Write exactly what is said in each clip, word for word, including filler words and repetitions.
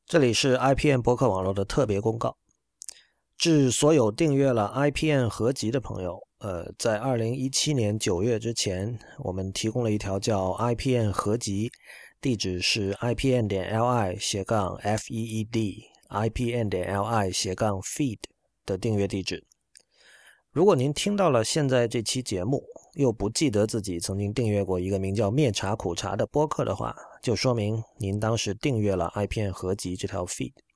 这里是 I P N 播客网络的特别公告，致所有订阅了 I P N 合集的朋友，呃，在二零一七年九月之前，我们提供了一条叫 I P N 合集，地址是 ipn 点 li 斜杠 feed ipn 点 li 斜杠 feed 的订阅地址。如果您听到了现在这期节目，又不记得自己曾经订阅过一个名叫灭茶苦茶的播客的话，就说明您当时订阅了 I P N 合集这条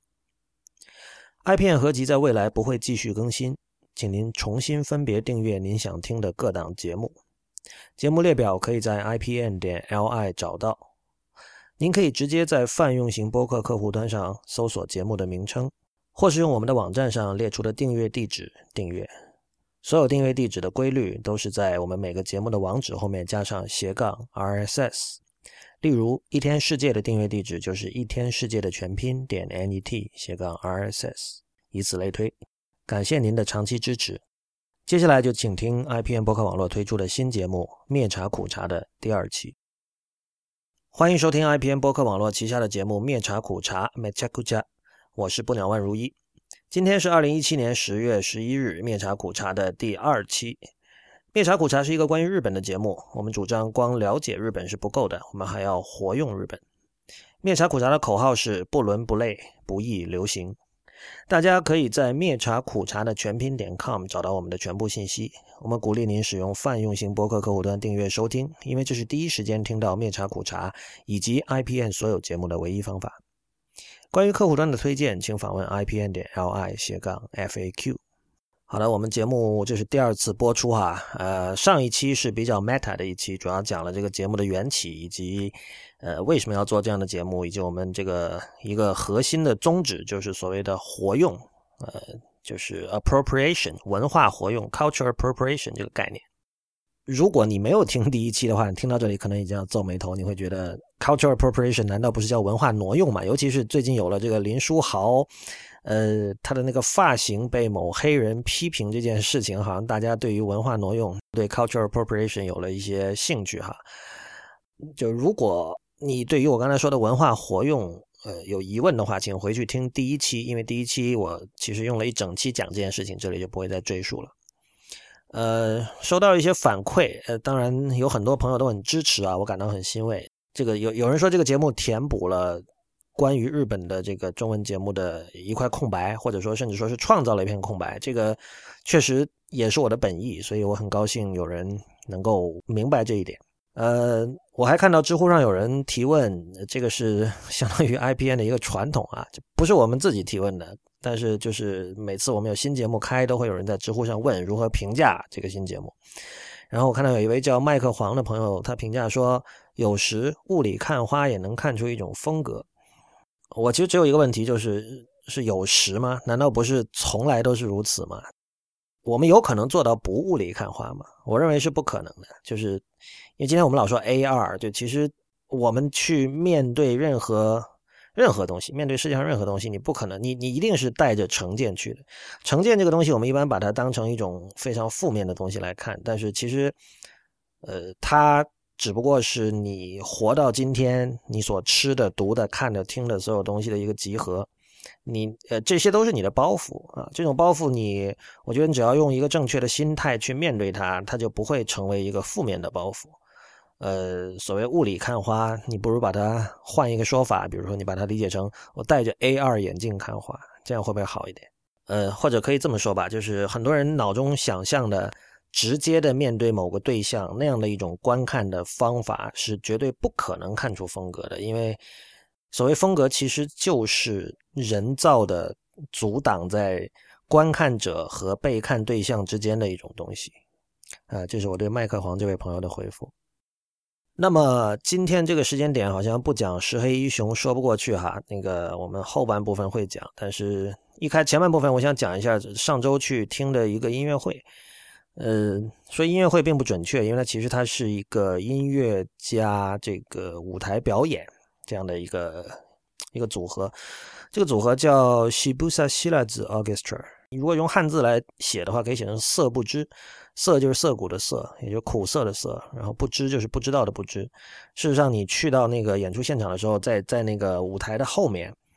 feed。I P N 合集在未来不会继续更新，请您重新分别订阅您想听的各档节目。节目列表可以在 ipn 点 li 找到。您可以直接在泛用型播客客户端上搜索节目的名称，或是用我们的网站上列出的订阅地址订阅。所有订阅地址的规律都是在我们每个节目的网址后面加上斜杠 R S S。例如，一天世界的订阅地址就是一天世界的全拼点 net 斜杠 R S S， 以此类推。感谢您的长期支持。接下来就请听 I P N 播客网络推出的新节目《灭茶苦茶》的第二期。欢迎收听 I P N 播客网络旗下的节目《灭茶苦茶》灭茶苦茶，我是不鸟万如一。今天是二零一七年十月十一日，灭茶苦茶的第二期。灭茶苦茶是一个关于日本的节目，我们主张光了解日本是不够的，我们还要活用日本。灭茶苦茶的口号是不伦不类，不易流行。大家可以在灭茶苦茶的全拼点 com 找到我们的全部信息。我们鼓励您使用泛用型播客客户端订阅收听，因为这是第一时间听到灭茶苦茶以及 I P N 所有节目的唯一方法。关于客户端的推荐，请访问 ipn 点 li 斜杠 F A Q。好了，我们节目这是第二次播出哈，呃，上一期是比较 meta 的一期，主要讲了这个节目的缘起，以及呃为什么要做这样的节目，以及我们这个一个核心的宗旨，就是所谓的活用，呃，就是 appropriation 文化活用 culture appropriation 这个概念。如果你没有听第一期的话，你听到这里可能已经要皱眉头，你会觉得 culture appropriation 难道不是叫文化挪用吗？尤其是最近有了这个林书豪呃，他的那个发型被某黑人批评这件事情，好像大家对于文化挪用，对 culture appropriation 有了一些兴趣哈。就如果你对于我刚才说的文化活用呃有疑问的话，请回去听第一期，因为第一期我其实用了一整期讲这件事情，这里就不会再赘述了。呃，收到一些反馈，呃，当然有很多朋友都很支持啊，我感到很欣慰。这个有有人说这个节目填补了关于日本的这个中文节目的一块空白，或者说甚至说是创造了一片空白，这个确实也是我的本意，所以我很高兴有人能够明白这一点。呃，我还看到知乎上有人提问，这个是相当于 I P N 的一个传统啊，不是我们自己提问的，但是就是每次我们有新节目开，都会有人在知乎上问如何评价这个新节目。然后我看到有一位叫麦克黄的朋友，他评价说，有时雾里看花也能看出一种风格。我其实只有一个问题，就是是有时吗？难道不是从来都是如此吗？我们有可能做到不雾里看花吗？我认为是不可能的，就是因为今天我们老说 A R， 就其实我们去面对任何任何东西，面对世界上任何东西，你不可能，你你一定是带着成见去的。成见这个东西，我们一般把它当成一种非常负面的东西来看，但是其实，呃，它只不过是你活到今天，你所吃的、读的、看的、听的所有东西的一个集合。你呃，这些都是你的包袱啊，这种包袱你，我觉得你只要用一个正确的心态去面对它，它就不会成为一个负面的包袱。呃，所谓雾里看花，你不如把它换一个说法，比如说你把它理解成我戴着 A R 眼镜看花，这样会不会好一点？呃，或者可以这么说吧，就是很多人脑中想象的直接的面对某个对象那样的一种观看的方法是绝对不可能看出风格的，因为所谓风格其实就是人造的阻挡在观看者和被看对象之间的一种东西。啊，这是我对麦克黄这位朋友的回复。那么今天这个时间点好像不讲石黑一雄说不过去哈，那个我们后半部分会讲，但是一开前半部分我想讲一下上周去听的一个音乐会。呃，说音乐会并不准确，因为它其实它是一个音乐加这个舞台表演这样的一个一个组合。这个组合叫 Shibuya Shirazu Orchestra， 如果用汉字来写的话，可以写成色不知。色就是涩谷的涩，也就是苦涩的涩，然后不知就是不知道的不知。事实上你去到那个演出现场的时候，在在那个舞台的后面，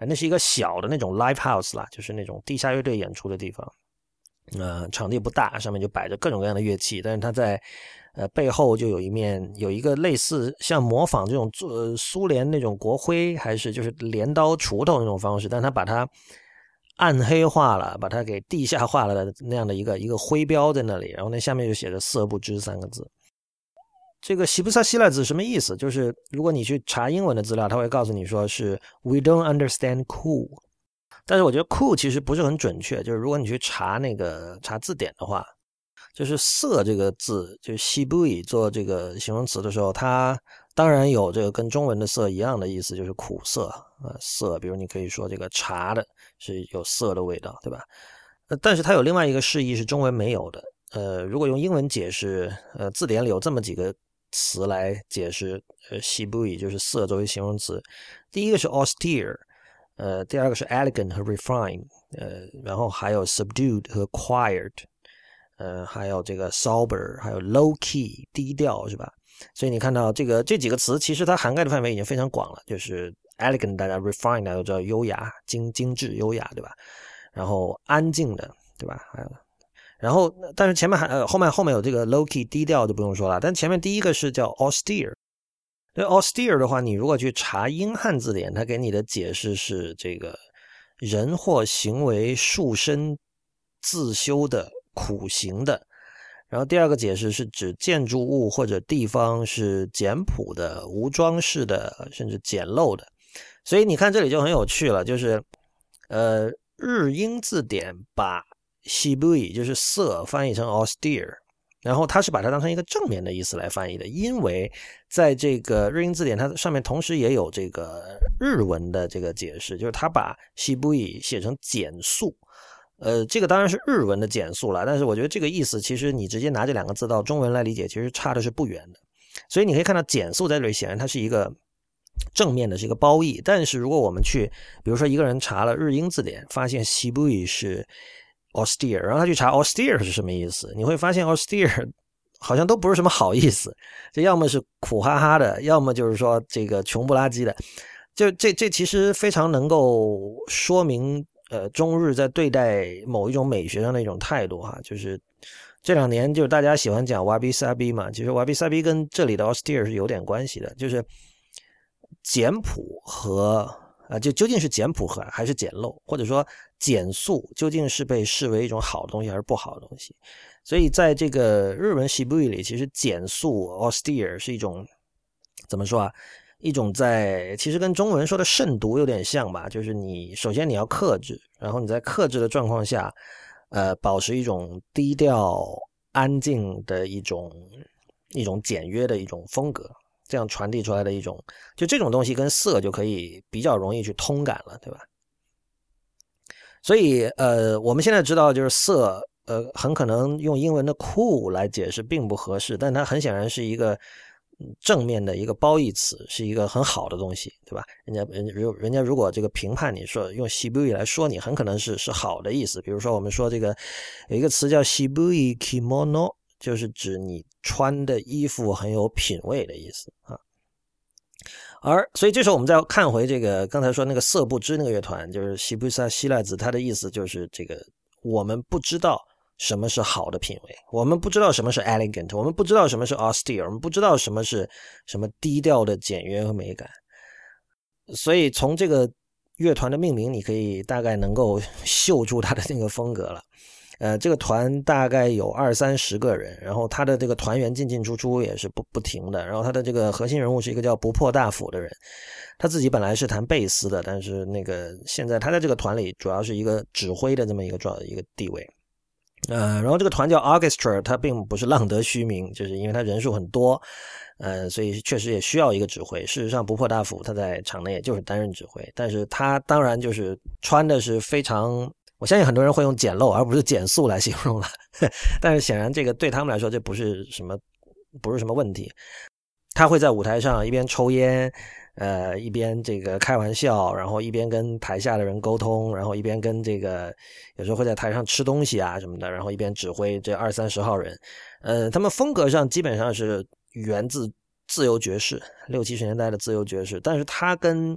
那是一个小的那种 live house 啦，就是那种地下乐队演出的地方。呃，场地不大，上面就摆着各种各样的乐器，但是它在呃背后就有一面有一个类似像模仿这种呃苏联那种国徽，还是就是镰刀锄头那种方式，但它把它暗黑化了，把它给地下化了的那样的一个一个徽标在那里，然后那下面就写着色不知三个字。这个西布萨希腊子什么意思？就是如果你去查英文的资料，他会告诉你说是 We don't understand cool。但是我觉得 cool 其实不是很准确，就是如果你去查那个查字典的话，就是色这个字，就是西布伊做这个形容词的时候，它当然有这个跟中文的色一样的意思，就是苦涩呃涩，比如你可以说这个茶的是有涩的味道，对吧？呃，但是它有另外一个释义是中文没有的。呃，如果用英文解释，呃，字典里有这么几个词来解释呃西布伊就是色作为形容词，第一个是 austere。呃，第二个是 elegant 和 refined， 呃，然后还有 subdued 和 quiet， 呃，还有这个 sober， 还有 low key 低调，是吧？所以你看到这个这几个词，其实它涵盖的范围已经非常广了。就是 elegant 大家 refined 大家都知道优雅、精精致、优雅，对吧？然后安静的，对吧？还有，然后但是前面还呃后面后面有这个 low key 低调就不用说了，但前面第一个是叫 austere。对 austere 的话，你如果去查英汉字典，它给你的解释是这个人或行为束身自修的、苦行的。然后第二个解释是指建筑物或者地方是简朴的、无装饰的，甚至简陋的。所以你看这里就很有趣了，就是呃日英字典把西布伊就是色翻译成 austere。然后他是把它当成一个正面的意思来翻译的，因为在这个日英字典它上面同时也有这个日文的这个解释，就是他把西布伊写成减速。呃，这个当然是日文的减速了，但是我觉得这个意思其实你直接拿这两个字到中文来理解，其实差的是不远的。所以你可以看到减速在这里显然它是一个正面的，是一个褒义。但是如果我们去比如说一个人查了日英字典，发现西布伊是austere， 然后他去查 austere 是什么意思，你会发现 austere 好像都不是什么好意思，这要么是苦哈哈的，要么就是说这个穷不拉几的。就这这其实非常能够说明呃中日在对待某一种美学上的一种态度哈，就是这两年就是大家喜欢讲 wabi sabi 嘛，其实 wabi sabi 跟这里的 austere 是有点关系的，就是简朴和啊，就究竟是简朴和还是简陋，或者说简素究竟是被视为一种好的东西还是不好的东西？所以在这个日文西布伊里，其实简素 austere 是一种怎么说啊？一种在其实跟中文说的慎独有点像吧，就是你首先你要克制，然后你在克制的状况下，呃，保持一种低调、安静的一种一种简约的一种风格。这样传递出来的一种，就这种东西跟色就可以比较容易去通感了，对吧？所以呃，我们现在知道就是色，呃，很可能用英文的 cool 来解释并不合适，但它很显然是一个正面的一个褒义词，是一个很好的东西，对吧？人家人人家如果这个评判你说用西布伊来说你，很可能是是好的意思。比如说我们说这个有一个词叫西布伊 kimono，就是指你穿的衣服很有品味的意思啊。而所以这时候我们再看回这个刚才说那个色不知那个乐团，就是西布萨希腊子，它的意思就是这个我们不知道什么是好的品味，我们不知道什么是 elegant， 我们不知道什么是 austere， 我们不知道什么是什么低调的简约和美感。所以从这个乐团的命名你可以大概能够嗅出它的那个风格了。呃，这个团大概有二三十个人，然后他的这个团员进进出出也是不不停的，然后他的这个核心人物是一个叫不破大辅的人，他自己本来是弹贝斯的，但是那个现在他在这个团里主要是一个指挥的这么一个状一个地位。呃，然后这个团叫 Orchestra， 它并不是浪得虚名，就是因为它人数很多，呃，所以确实也需要一个指挥。事实上，不破大辅他在场内也就是担任指挥，但是他当然就是穿的是非常。我相信很多人会用简陋而不是简素来形容了，但是显然这个对他们来说这不是什么不是什么问题。他会在舞台上一边抽烟，呃，一边这个开玩笑，然后一边跟台下的人沟通，然后一边跟这个有时候会在台上吃东西啊什么的，然后一边指挥这二三十号人。呃，他们风格上基本上是源自自由爵士，六七十年代的自由爵士，但是他跟比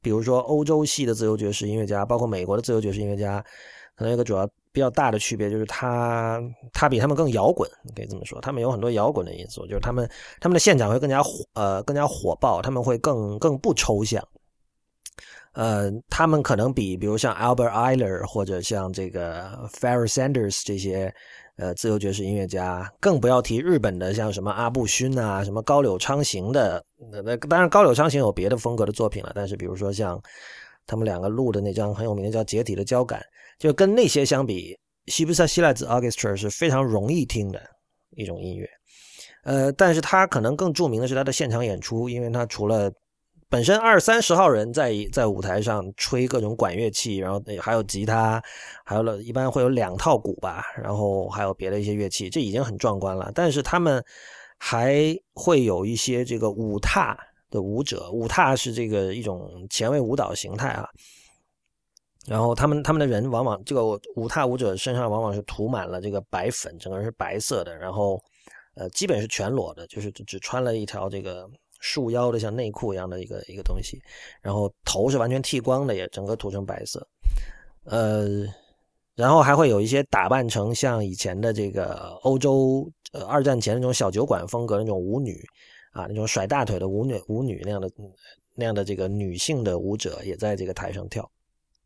比如说欧洲系的自由爵士音乐家，包括美国的自由爵士音乐家，可能有一个主要比较大的区别就是他他比他们更摇滚，可以这么说，他们有很多摇滚的因素，就是他们他们的现场会更加火呃更加火爆，他们会更更不抽象。呃，他们可能比比如像 Albert Ayler 或者像这个 Pharoah Sanders 这些呃自由爵士音乐家，更不要提日本的像什么阿部勋啊，什么高柳昌行的。呃，当然高柳昌行有别的风格的作品了，但是比如说像他们两个录的那张很有名的叫《解体的交感》，就跟那些相比，西部萨西赖子 Orchestra 是非常容易听的一种音乐。呃，但是他可能更著名的是他的现场演出，因为他除了本身二三十号人在在舞台上吹各种管乐器，然后还有吉他，还有了一般会有两套鼓吧，然后还有别的一些乐器，这已经很壮观了。但是他们还会有一些这个舞踏的舞者，舞踏是这个一种前卫舞蹈形态啊。然后他们他们的人往往这个舞踏舞者身上往往是涂满了这个白粉，整个人是白色的，然后呃基本是全裸的，就是只穿了一条这个束腰的像内裤一样的一个一个东西，然后头是完全剃光的，也整个涂成白色。呃，然后还会有一些打扮成像以前的这个欧洲呃二战前那种小酒馆风格那种舞女啊，那种甩大腿的舞女舞女那样的那样的这个女性的舞者也在这个台上跳。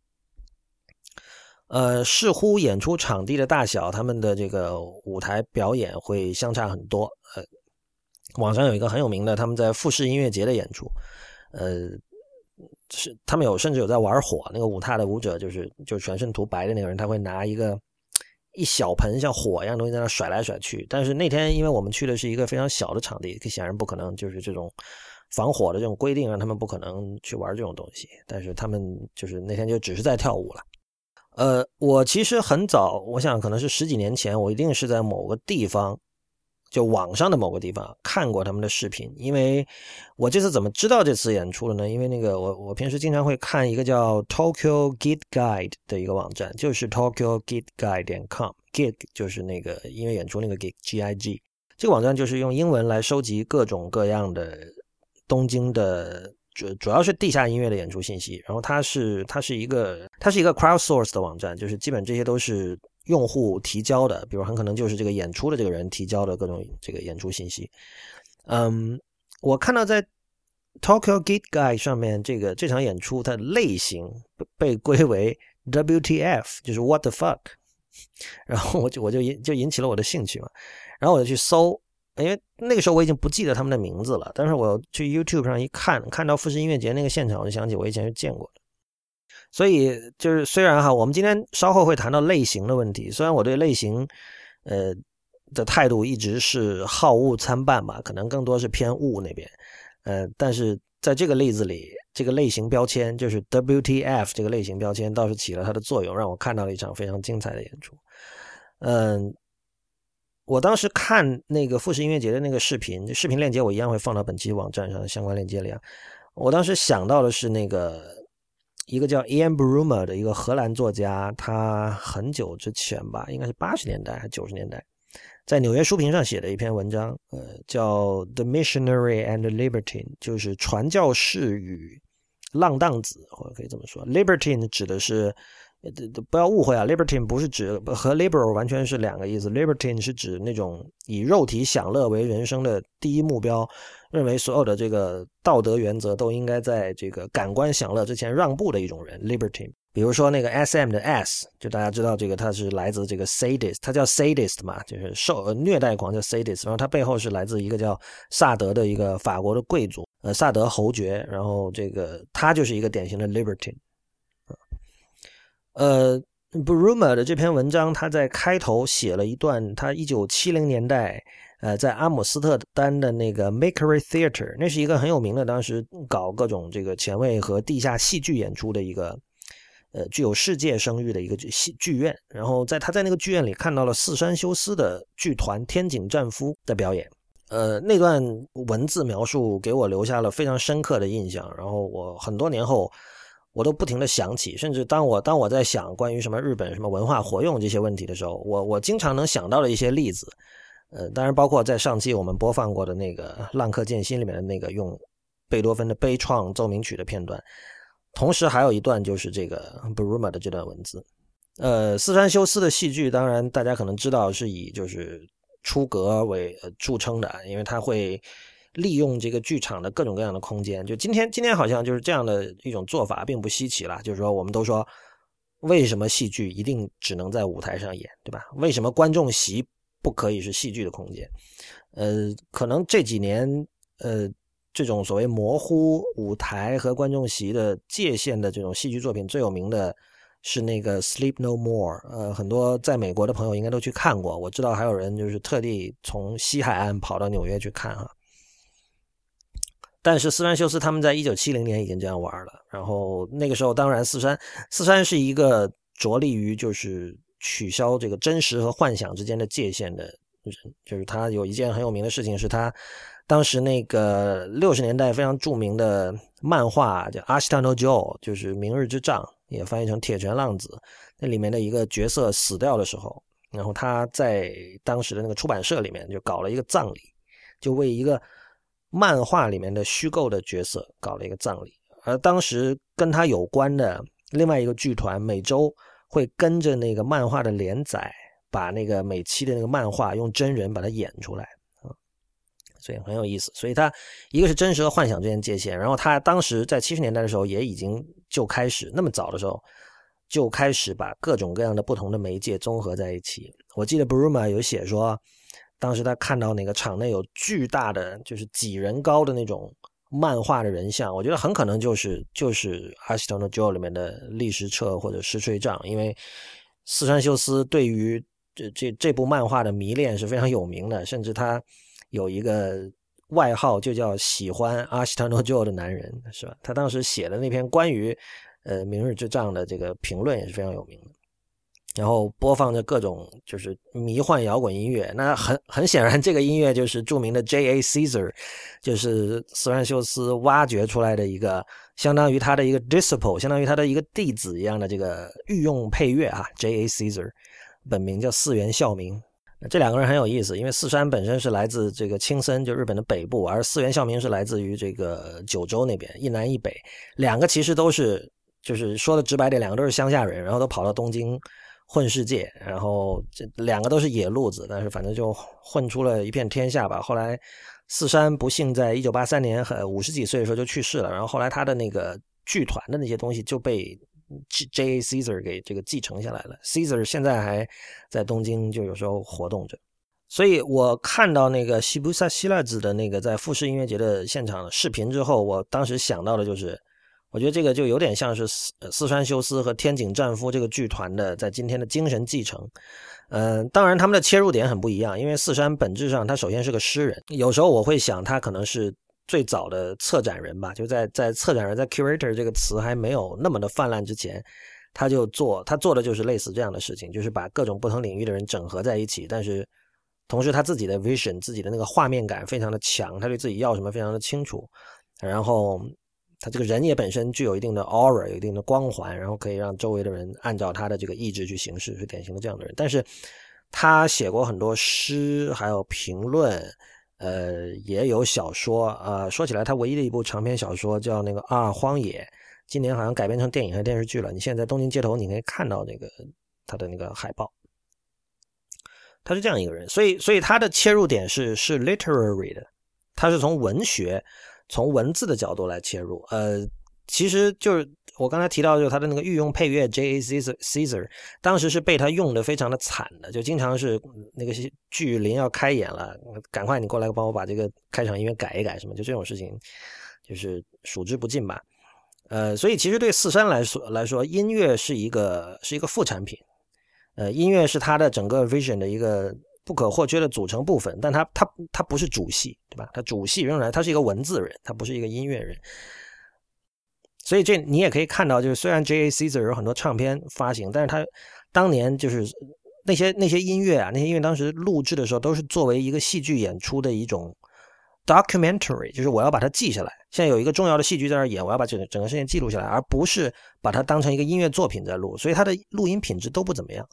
呃，视乎演出场地的大小，他们的这个舞台表演会相差很多。呃，网上有一个很有名的，他们在富士音乐节的演出，呃，是他们有甚至有在玩火，那个舞踏的舞者就是就全身涂白的那个人，他会拿一个一小盆像火一样的东西在那甩来甩去。但是那天因为我们去的是一个非常小的场地，显然不可能就是这种防火的这种规定让他们不可能去玩这种东西，但是他们就是那天就只是在跳舞了。呃，我其实很早，我想可能是十几年前，我一定是在某个地方，就网上的某个地方看过他们的视频。因为我这次怎么知道这次演出了呢？因为那个我我平时经常会看一个叫 Tokyo Gig Guide 的一个网站，就是 tokyo gig guide 点 com，gig 就是那个音乐演出那个 gig G I G， 这个网站就是用英文来收集各种各样的东京的主主要是地下音乐的演出信息，然后它是它是一个它是一个 crowdsource 的网站，就是基本这些都是用户提交的，比如很可能就是这个演出的这个人提交的各种这个演出信息。嗯，我看到在 Tokyo Gig Guide 上面，这个这场演出它的类型被归为 W T F， 就是 What the fuck， 然后我就我就引就引起了我的兴趣嘛，然后我就去搜。因为那个时候我已经不记得他们的名字了，但是我去 YouTube 上一看，看到富士音乐节那个现场，我就想起我以前是见过的。所以就是虽然哈，我们今天稍后会谈到类型的问题，虽然我对类型呃的态度一直是好恶参半吧，可能更多是偏恶那边，呃，但是在这个例子里，这个类型标签就是 W T F 这个类型标签倒是起了它的作用，让我看到了一场非常精彩的演出。嗯。我当时看那个富士音乐节的那个视频，视频链接我一样会放到本期网站上的相关链接里啊。我当时想到的是那个一个叫 Ian Bruma 的一个荷兰作家，他很久之前吧，应该是八十年代还是九十年代，在纽约书评上写的一篇文章，呃，叫 The Missionary and the Libertine， 就是传教士与浪荡子，或者可以这么说。Libertine 指的是不要误会啊 ，libertine 不是指和 liberal 完全是两个意思。libertine 是指那种以肉体享乐为人生的第一目标，认为所有的这个道德原则都应该在这个感官享乐之前让步的一种人。libertine， 比如说那个 S M 的 S， 就大家知道这个它是来自这个 sadist， 它叫 sadist 嘛，就是受虐待狂叫 sadist， 然后它背后是来自一个叫萨德的一个法国的贵族，呃，萨德侯爵，然后这个他就是一个典型的 libertine。呃 Bruma 的这篇文章，他在开头写了一段他一九七零年代呃在阿姆斯特丹的那个 Makery Theater， 那是一个很有名的，当时搞各种这个前卫和地下戏剧演出的一个呃具有世界声誉的一个戏剧院。然后在他在那个剧院里看到了四山修斯的剧团天井战夫的表演。呃，那段文字描述给我留下了非常深刻的印象，然后我很多年后我都不停地想起，甚至当我当我在想关于什么日本什么文化活用这些问题的时候，我我经常能想到的一些例子，呃，当然包括在上期我们播放过的那个《浪客剑心》里面的那个用贝多芬的悲怆奏鸣曲的片段， 同时还有一段就是这个 Buruma 的这段文字。呃，四川修斯的戏剧当然大家可能知道是以就是出格为、呃、著称的，因为他会利用这个剧场的各种各样的空间。就今天今天好像就是这样的一种做法并不稀奇了，就是说我们都说为什么戏剧一定只能在舞台上演，对吧？为什么观众席不可以是戏剧的空间？呃，可能这几年呃这种所谓模糊舞台和观众席的界限的这种戏剧作品最有名的是那个 Sleep No More， 呃，很多在美国的朋友应该都去看过，我知道还有人就是特地从西海岸跑到纽约去看哈。但是四川修斯他们在一九七零年已经这样玩了，然后那个时候当然四川四川是一个着力于就是取消这个真实和幻想之间的界限的人，就是他有一件很有名的事情是他当时那个六十年代非常著名的漫画叫 Ashita no Joe， 就是明日之杖，也翻译成铁拳浪子，那里面的一个角色死掉的时候，然后他在当时的那个出版社里面就搞了一个葬礼，就为一个漫画里面的虚构的角色搞了一个葬礼。而当时跟他有关的另外一个剧团每周会跟着那个漫画的连载，把那个每期的那个漫画用真人把它演出来，所以很有意思。所以他一个是真实和幻想之间界限，然后他当时在七十年代的时候也已经就开始，那么早的时候就开始把各种各样的不同的媒介综合在一起。我记得 Buruma 有写说当时他看到那个场内有巨大的就是几人高的那种漫画的人像，我觉得很可能就是就是阿西托诺 Joe 里面的历史册或者石锤杖，因为四川修斯对于这这这部漫画的迷恋是非常有名的，甚至他有一个外号就叫喜欢阿西托诺 Joe 的男人，是吧？他当时写的那篇关于呃明日之杖的这个评论也是非常有名的。然后播放着各种就是迷幻摇滚音乐，那很很显然这个音乐就是著名的 J A Caesar， 就是四川修斯挖掘出来的一个相当于他的一个 disciple， 相当于他的一个弟子一样的这个御用配乐啊 J A Caesar， 本名叫四原孝明。这两个人很有意思，因为四川本身是来自这个青森，就日本的北部，而四原孝明是来自于这个九州那边，一南一北，两个其实都是就是说的直白点，两个都是乡下人，然后都跑到东京混世界，然后这两个都是野路子，但是反正就混出了一片天下吧。后来四山不幸在一九八三年五十几岁的时候就去世了，然后后来他的那个剧团的那些东西就被 J A Caesar 给这个继承下来了。Caesar 现在还在东京就有时候活动着。所以我看到那个西布萨希拉子的那个在富士音乐节的现场视频之后，我当时想到的就是我觉得这个就有点像是四川修斯和天井战夫这个剧团的在今天的精神继承。嗯、呃，当然他们的切入点很不一样，因为四川本质上他首先是个诗人，有时候我会想他可能是最早的策展人吧，就在在策展人在 curator 这个词还没有那么的泛滥之前，他就做他做的就是类似这样的事情，就是把各种不同领域的人整合在一起，但是同时他自己的 vision 自己的那个画面感非常的强，他对自己要什么非常的清楚，然后他这个人也本身具有一定的 aura， 有一定的光环，然后可以让周围的人按照他的这个意志去行事，是典型的这样的人。但是他写过很多诗，还有评论，呃，也有小说。呃，说起来，他唯一的一部长篇小说叫那个《阿尔荒野》，今年好像改编成电影和电视剧了。你现在在东京街头，你可以看到那个他的那个海报。他是这样一个人，所以所以他的切入点是是 literary 的，他是从文学。从文字的角度来切入，呃，其实就是我刚才提到，就是他的那个御用配乐 J A Caesar， 当时是被他用的非常的惨的，就经常是那个剧临要开演了，赶快你过来帮我把这个开场音乐改一改什么，就这种事情就是数之不尽吧。呃，所以其实对四山来说来说，音乐是一个是一个副产品，呃，音乐是他的整个 vision 的一个不可或缺的组成部分，但他他他不是主戏，对吧？他主戏仍然他是一个文字人，他不是一个音乐人。所以这你也可以看到，就是虽然 J A Caesar 有很多唱片发行，但是他当年就是那些那些音乐啊，那些音乐当时录制的时候都是作为一个戏剧演出的一种 documentary， 就是我要把它记下来。现在有一个重要的戏剧在那演，我要把整个整个事情记录下来，而不是把它当成一个音乐作品在录，所以它的录音品质都不怎么样。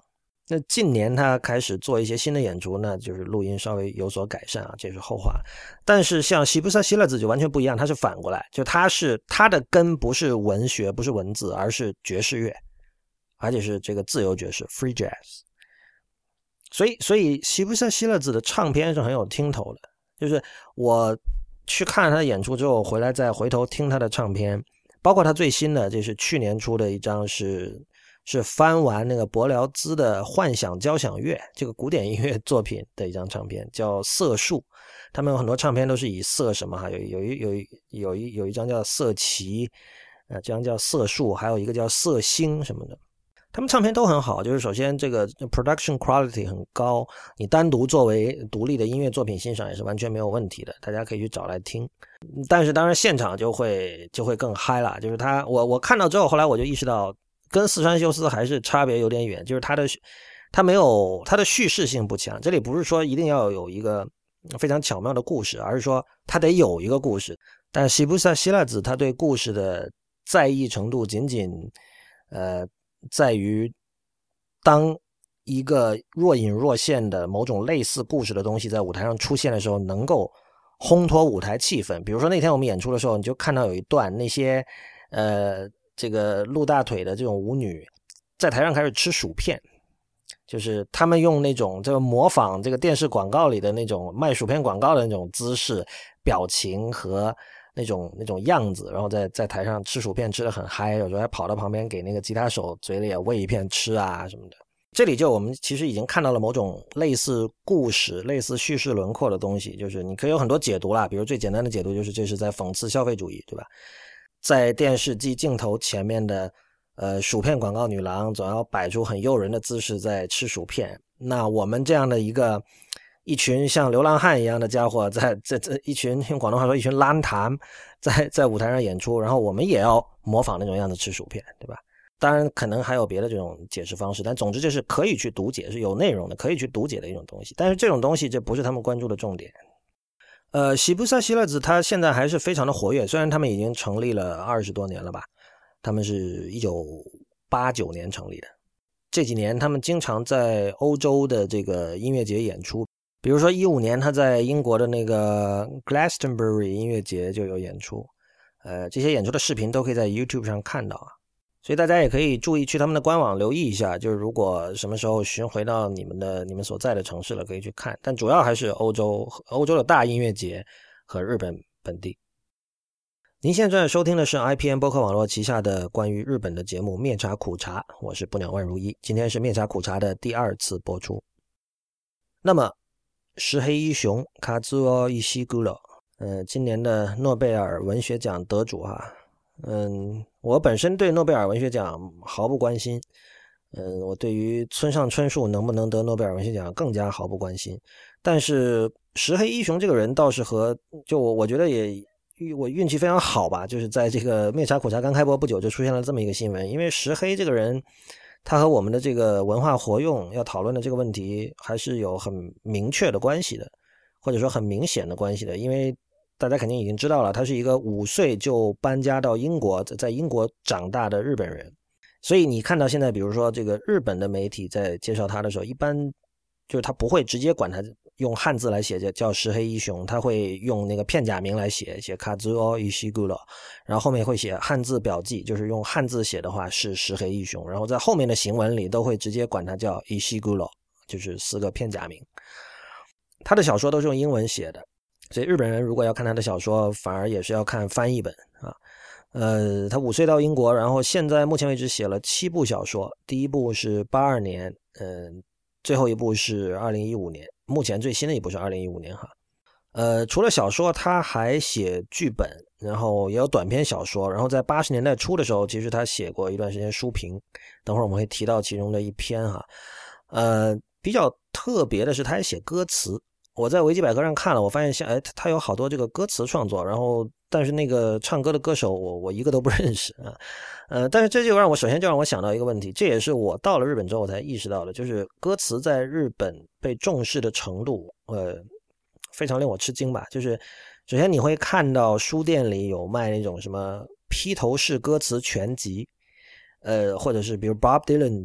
那近年他开始做一些新的演出，那就是录音稍微有所改善啊，这是后话。但是像西布萨希勒子就完全不一样，他是反过来，就他是他的根不是文学，不是文字，而是爵士乐，而且是这个自由爵士 （free jazz）。所以，所以西布萨希勒子的唱片是很有听头的。就是我去看他的演出之后，回来再回头听他的唱片，包括他最新的，这是去年出的一张是。是翻完那个柏辽兹的幻想交响乐这个古典音乐作品的一张唱片，叫色树。他们有很多唱片都是以色什么哈，有有一有一有一有一张叫色旗，呃，这张叫色树，还有一个叫色星什么的。他们唱片都很好，就是首先这个 production quality 很高，你单独作为独立的音乐作品欣赏也是完全没有问题的，大家可以去找来听。但是当然现场就会就会更嗨了，就是他我我看到之后，后来我就意识到。跟四川修斯还是差别有点远，就是他的他没有他的叙事性不强。这里不是说一定要有一个非常巧妙的故事，而是说他得有一个故事。但西布萨希勒子他对故事的在意程度仅仅呃在于当一个若隐若现的某种类似故事的东西在舞台上出现的时候，能够烘托舞台气氛。比如说那天我们演出的时候，你就看到有一段那些呃。这个露大腿的这种舞女在台上开始吃薯片，就是他们用那种这个模仿这个电视广告里的那种卖薯片广告的那种姿势、表情和那种那种样子，然后在在台上吃薯片吃得很嗨，有时候还跑到旁边给那个吉他手嘴里也喂一片吃啊什么的。这里就我们其实已经看到了某种类似故事、类似叙事轮廓的东西，就是你可以有很多解读啦，比如最简单的解读就是这是在讽刺消费主义，对吧？在电视机镜头前面的呃薯片广告女郎总要摆出很诱人的姿势在吃薯片，那我们这样的一个一群像流浪汉一样的家伙，在这这一群用广东话说一群烂坛在在舞台上演出，然后我们也要模仿那种样子吃薯片，对吧？当然可能还有别的这种解释方式，但总之这是可以去读解，是有内容的，可以去读解的一种东西。但是这种东西这不是他们关注的重点。呃，西布萨希勒子他现在还是非常的活跃，虽然他们已经成立了二十多年了吧，他们是一九八九年成立的。这几年他们经常在欧洲的这个音乐节演出，比如说一五年他在英国的那个 Glastonbury 音乐节就有演出，呃，这些演出的视频都可以在 YouTube 上看到啊。所以大家也可以注意去他们的官网留意一下，就是如果什么时候巡回到你们的你们所在的城市了，可以去看。但主要还是欧洲欧洲的大音乐节和日本本地。您现在收听的是 I P N 播客网络旗下的关于日本的节目灭茶苦茶，我是不鸟万如一。今天是灭茶苦茶的第二次播出。那么石黑一雄 Kazuo Ishiguro 呃，今年的诺贝尔文学奖得主哈。嗯，我本身对诺贝尔文学奖毫不关心，嗯，我对于村上春树能不能得诺贝尔文学奖更加毫不关心。但是石黑一雄这个人倒是和就我我觉得也我运气非常好吧，就是在这个灭茶苦茶刚开播不久就出现了这么一个新闻，因为石黑这个人他和我们的这个文化活用要讨论的这个问题还是有很明确的关系的，或者说很明显的关系的，因为大家肯定已经知道了，他是一个五岁就搬家到英国，在英国长大的日本人。所以你看到现在比如说这个日本的媒体在介绍他的时候，一般就是他不会直接管他用汉字来写叫石黑一雄，他会用那个片假名来写写 Kazuo Ishiguro， 然后后面会写汉字标记，就是用汉字写的话是石黑一雄，然后在后面的行文里都会直接管他叫 Ishiguro， 就是四个片假名。他的小说都是用英文写的，所以日本人如果要看他的小说，反而也是要看翻译本啊。呃，他五岁到英国，然后现在目前为止写了七部小说，第一部是八二年，嗯、呃，最后一部是二零一五年，目前最新的一部是二零一五年哈。呃，除了小说，他还写剧本，然后也有短篇小说，然后在八十年代初的时候，其实他写过一段时间书评，等会儿我们会提到其中的一篇哈。呃，比较特别的是，他还写歌词。我在维基百科上看了，我发现像哎，他有好多这个歌词创作，然后但是那个唱歌的歌手我我一个都不认识啊，呃，但是这就让我首先就让我想到一个问题，这也是我到了日本之后我才意识到的，就是歌词在日本被重视的程度，呃，非常令我吃惊吧。就是首先你会看到书店里有卖那种什么披头士歌词全集，呃，或者是比如 Bob Dylan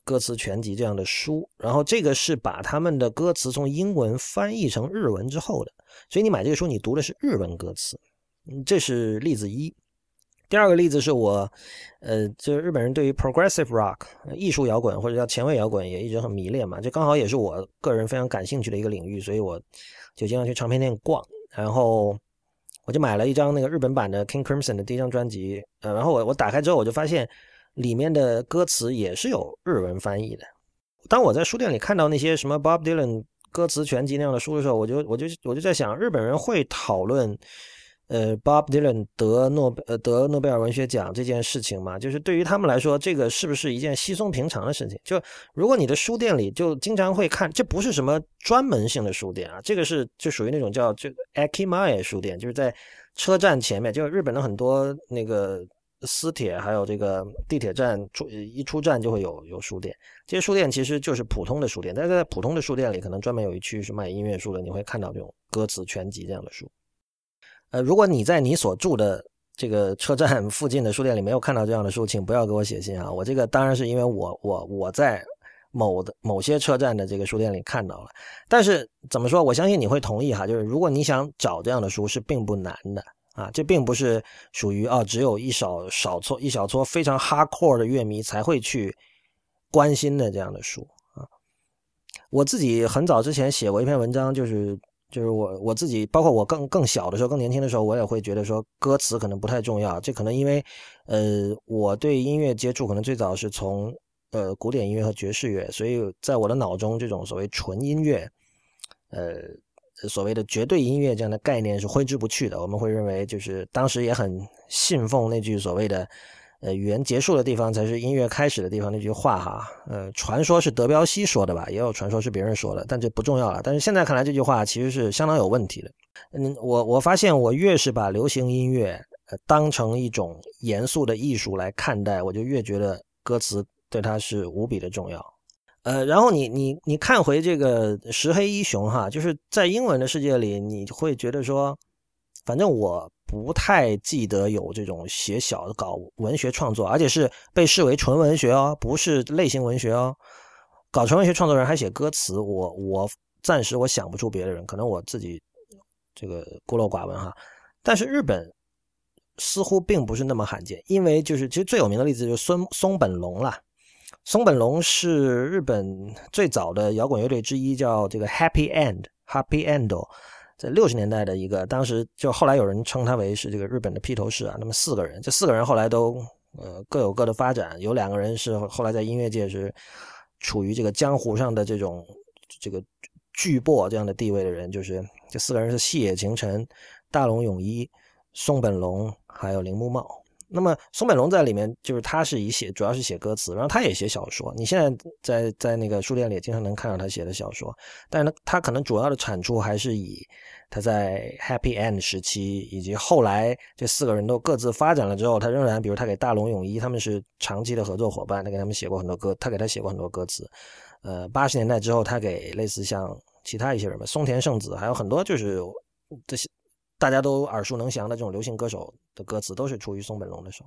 歌词全集这样的书，然后这个是把他们的歌词从英文翻译成日文之后的，所以你买这个书你读的是日文歌词，这是例子一。第二个例子是我，呃，就是日本人对于 progressive rock 艺术摇滚或者叫前卫摇滚也一直很迷恋嘛，这刚好也是我个人非常感兴趣的一个领域，所以我就经常去唱片店逛，然后我就买了一张那个日本版的 King Crimson 的第一张专辑，呃，然后我我打开之后我就发现里面的歌词也是有日文翻译的。当我在书店里看到那些什么 Bob Dylan 歌词全集那样的书的时候，我就我就我就在想，日本人会讨论呃 Bob Dylan 得诺呃得诺贝尔文学奖这件事情吗？就是对于他们来说，这个是不是一件稀松平常的事情？就如果你的书店里就经常会看，这不是什么专门性的书店啊，这个是就属于那种叫就 Akimae 书店，就是在车站前面，就是日本的很多那个私铁还有这个地铁站出一出站就会有有书店，这些书店其实就是普通的书店，但是在普通的书店里可能专门有一区是卖音乐书的，你会看到这种歌词全集这样的书。呃，如果你在你所住的这个车站附近的书店里没有看到这样的书，请不要给我写信啊！我这个当然是因为我我我在某的某些车站的这个书店里看到了，但是怎么说，我相信你会同意哈，就是如果你想找这样的书是并不难的啊，这并不是属于啊只有一少少撮一小撮非常 hardcore 的乐迷才会去关心的这样的书啊。我自己很早之前写过一篇文章，就是就是我我自己，包括我更更小的时候、更年轻的时候，我也会觉得说歌词可能不太重要。这可能因为，呃，我对音乐接触可能最早是从呃古典音乐和爵士乐，所以在我的脑中，这种所谓纯音乐，呃，所谓的绝对音乐这样的概念是挥之不去的。我们会认为，就是当时也很信奉那句所谓的。呃，语言结束的地方才是音乐开始的地方那句话哈，呃，传说是德彪西说的吧，也有传说是别人说的，但这不重要了。但是现在看来这句话其实是相当有问题的。嗯，我我发现我越是把流行音乐呃当成一种严肃的艺术来看待，我就越觉得歌词对它是无比的重要。呃，然后你你你看回这个石黑一雄哈，就是在英文的世界里，你会觉得说，反正我不太记得有这种写小搞文学创作，而且是被视为纯文学哦，不是类型文学哦。搞纯文学创作人还写歌词，我我暂时我想不出别的人，可能我自己这个孤陋寡闻哈。但是日本似乎并不是那么罕见，因为就是其实最有名的例子就是松松本龙啦。松本龙是日本最早的摇滚乐队之一，叫这个 Happy End Happy End。在六十年代的一个，当时就后来有人称他为是这个日本的披头士啊。那么四个人，这四个人后来都呃各有各的发展，有两个人是后来在音乐界是处于这个江湖上的这种这个巨擘这样的地位的人，就是这四个人是细野晴臣、大龙泳衣、松本龙还有铃木茂。那么松本龙在里面就是他是以写主要是写歌词，然后他也写小说，你现在在在那个书店里也经常能看到他写的小说，但是呢他可能主要的产出还是以他在 Happy End 时期以及后来这四个人都各自发展了之后，他仍然比如他给大龙泳衣他们是长期的合作伙伴，他给他们写过很多歌，他给他写过很多歌词。呃八十年代之后他给类似像其他一些人吧，松田圣子还有很多就是这些大家都耳熟能详的这种流行歌手的歌词都是出于松本龙的手。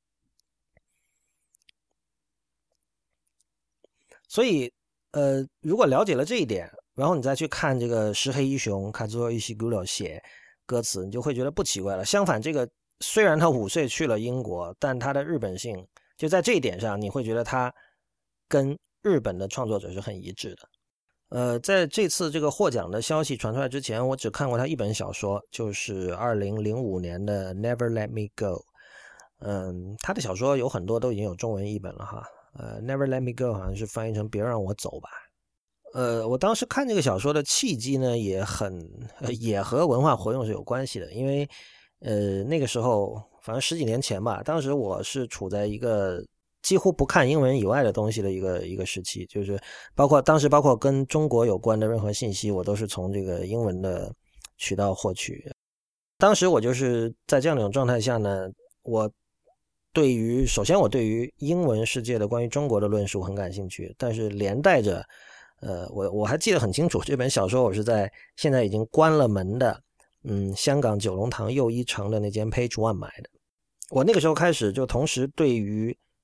所以呃，如果了解了这一点，然后你再去看这个石黑一雄 Kazuo Ishiguro 写歌词，你就会觉得不奇怪了。相反，这个虽然他五岁去了英国，但他的日本性就在这一点上，你会觉得他跟日本的创作者是很一致的。呃，在这次这个获奖的消息传出来之前，我只看过他一本小说，就是二零零五年的 Never Let Me Go。嗯，他的小说有很多都已经有中文译本了哈。呃 Never Let Me Go 好像是翻译成别让我走吧。呃，我当时看这个小说的契机呢，也很、呃、也和文化活动是有关系的，因为呃那个时候反正十几年前吧，当时我是处在一个几乎不看英文以外的东西的一个一个时期，就是包括当时包括跟中国有关的任何信息，我都是从这个英文的渠道获取。当时我就是在这样一种状态下呢，我对于首先我对于英文世界的关于中国的论述很感兴趣，但是连带着呃我我还记得很清楚，这本小说我是在现在已经关了门的嗯香港九龙塘又一城的那间 Page One 买的。我那个时候开始就同时对于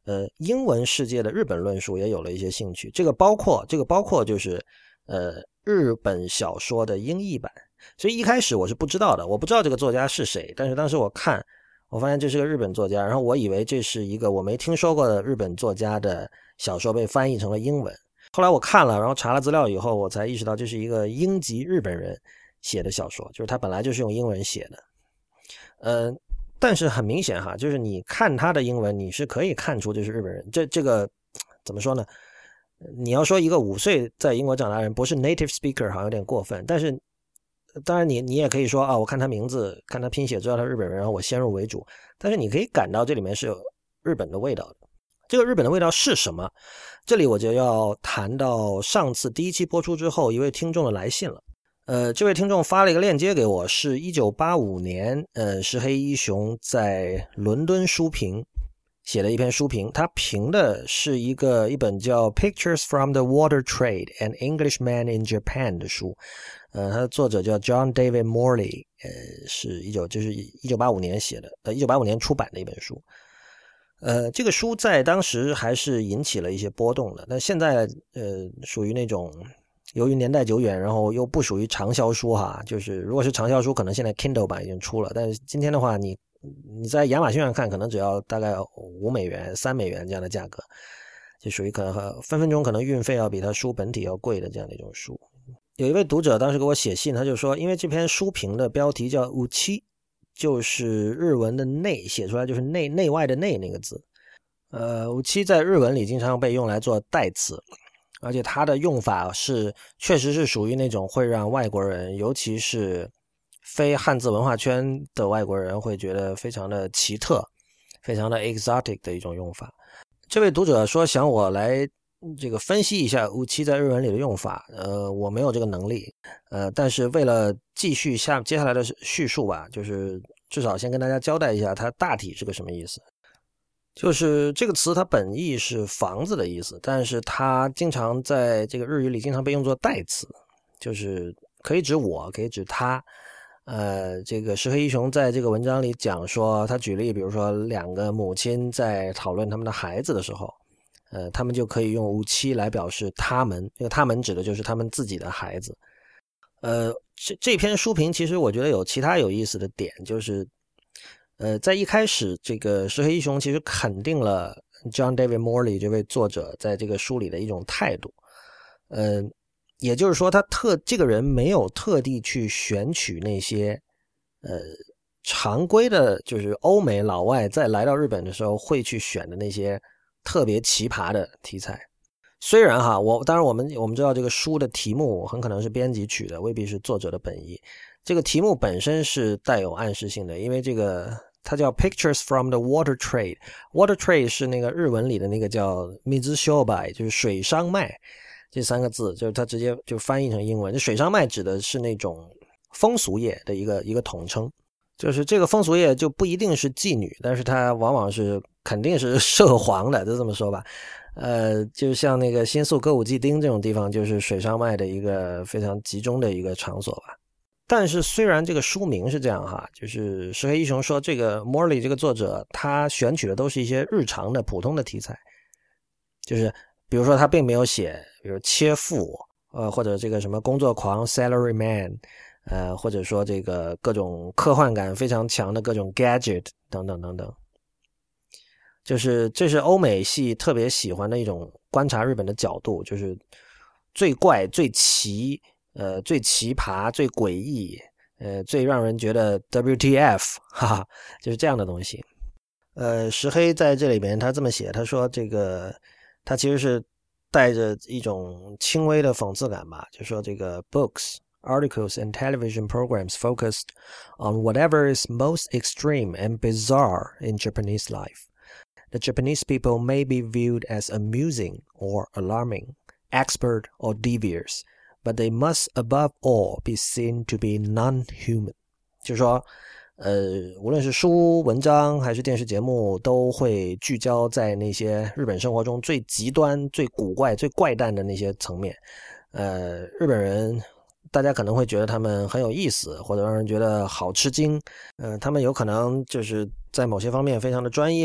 呃英文世界的日本论述也有了一些兴趣。这个包括这个包括就是呃日本小说的英译版。所以一开始我是不知道的，我不知道这个作家是谁，但是当时我看我发现这是个日本作家，然后我以为这是一个我没听说过的日本作家的小说被翻译成了英文。后来我看了，然后查了资料以后，我才意识到这是一个英籍日本人写的小说，就是他本来就是用英文写的。呃，但是很明显哈，就是你看他的英文，你是可以看出这是日本人。这这个怎么说呢？你要说一个五岁在英国长大的人不是 native speaker 好像有点过分，但是当然你你也可以说啊，我看他名字看他拼写知道他是日本人，然后我先入为主，但是你可以感到这里面是有日本的味道的。这个日本的味道是什么？这里我就要谈到上次第一期播出之后一位听众的来信了。呃，这位听众发了一个链接给我，是一九八五年呃石黑一雄在伦敦书评写的一篇书评，他评的是一个一本叫 Pictures from the Water Trade: An Englishman in Japan 的书。呃，他的作者叫 John David Morley， 呃，是一九就是一九八五年写的，呃，一九八五年出版的一本书。呃，这个书在当时还是引起了一些波动的，但现在呃属于那种由于年代久远，然后又不属于畅销书哈，就是如果是畅销书，可能现在 Kindle 版已经出了，但是今天的话，你你在亚马逊上看，可能只要大概五美元、三美元这样的价格，就属于可能分分钟可能运费要比它书本体要贵的这样的一种书。有一位读者当时给我写信，他就说，因为这篇书评的标题叫五七，就是日文的内，写出来就是内内外的内那个字。呃，五七在日文里经常被用来做代词，而且它的用法是确实是属于那种会让外国人，尤其是非汉字文化圈的外国人会觉得非常的奇特，非常的 exotic 的一种用法。这位读者说想我来这个分析一下五七在日文里的用法，呃，我没有这个能力，呃，但是为了继续下接下来的叙述吧，就是至少先跟大家交代一下它大体是个什么意思。就是这个词它本意是房子的意思，但是它经常在这个日语里经常被用作代词，就是可以指我，可以指他。呃，这个石黑一雄在这个文章里讲说，他举例，比如说两个母亲在讨论他们的孩子的时候，呃，他们就可以用五七来表示他们，这个他们指的就是他们自己的孩子。呃，这这篇书评其实我觉得有其他有意思的点，就是呃，在一开始这个石黑一雄其实肯定了 John David Morley 这位作者在这个书里的一种态度。呃，也就是说他特这个人没有特地去选取那些呃常规的就是欧美老外在来到日本的时候会去选的那些特别奇葩的题材。虽然哈，我当然我们我们知道这个书的题目很可能是编辑取的，未必是作者的本意。这个题目本身是带有暗示性的，因为这个它叫 Pictures from the Water Trade。 Water Trade 是那个日文里的那个叫 Mizushobai， 就是水商卖这三个字，就是它直接就翻译成英文。这水商卖指的是那种风俗业的一个一个统称，就是这个风俗业就不一定是妓女，但是它往往是肯定是涉黄的，就这么说吧。呃，就像那个新宿歌舞伎町这种地方，就是水商卖的一个非常集中的一个场所吧。但是虽然这个书名是这样哈，就是石黑一雄说这个 Morley 这个作者他选取的都是一些日常的普通的题材，就是比如说他并没有写比如切腹，呃或者这个什么工作狂 salary man， 呃或者说这个各种科幻感非常强的各种 gadget 等等等等。就是这是欧美系特别喜欢的一种观察日本的角度，就是最怪最奇呃，最奇葩、最诡异，呃，最让人觉得 W T F， 哈哈，就是这样的东西。呃，石黑在这里面他这么写，他说这个他其实是带着一种轻微的讽刺感吧，就说这个 books, articles and television programs focused on whatever is most extreme and bizarre in Japanese life. The Japanese people may be viewed as amusing or alarming, expert or devious.But they must above all be seen to be non-human. 就是说呃，无论是书文章还是电视节目都会聚焦在那些日本生活中最极端最古怪最怪诞的那些层面。呃，日本人大家可能会觉得他们很有意思，或者让人觉得好吃惊。呃，他们有可能就是在某些方面非常的专业，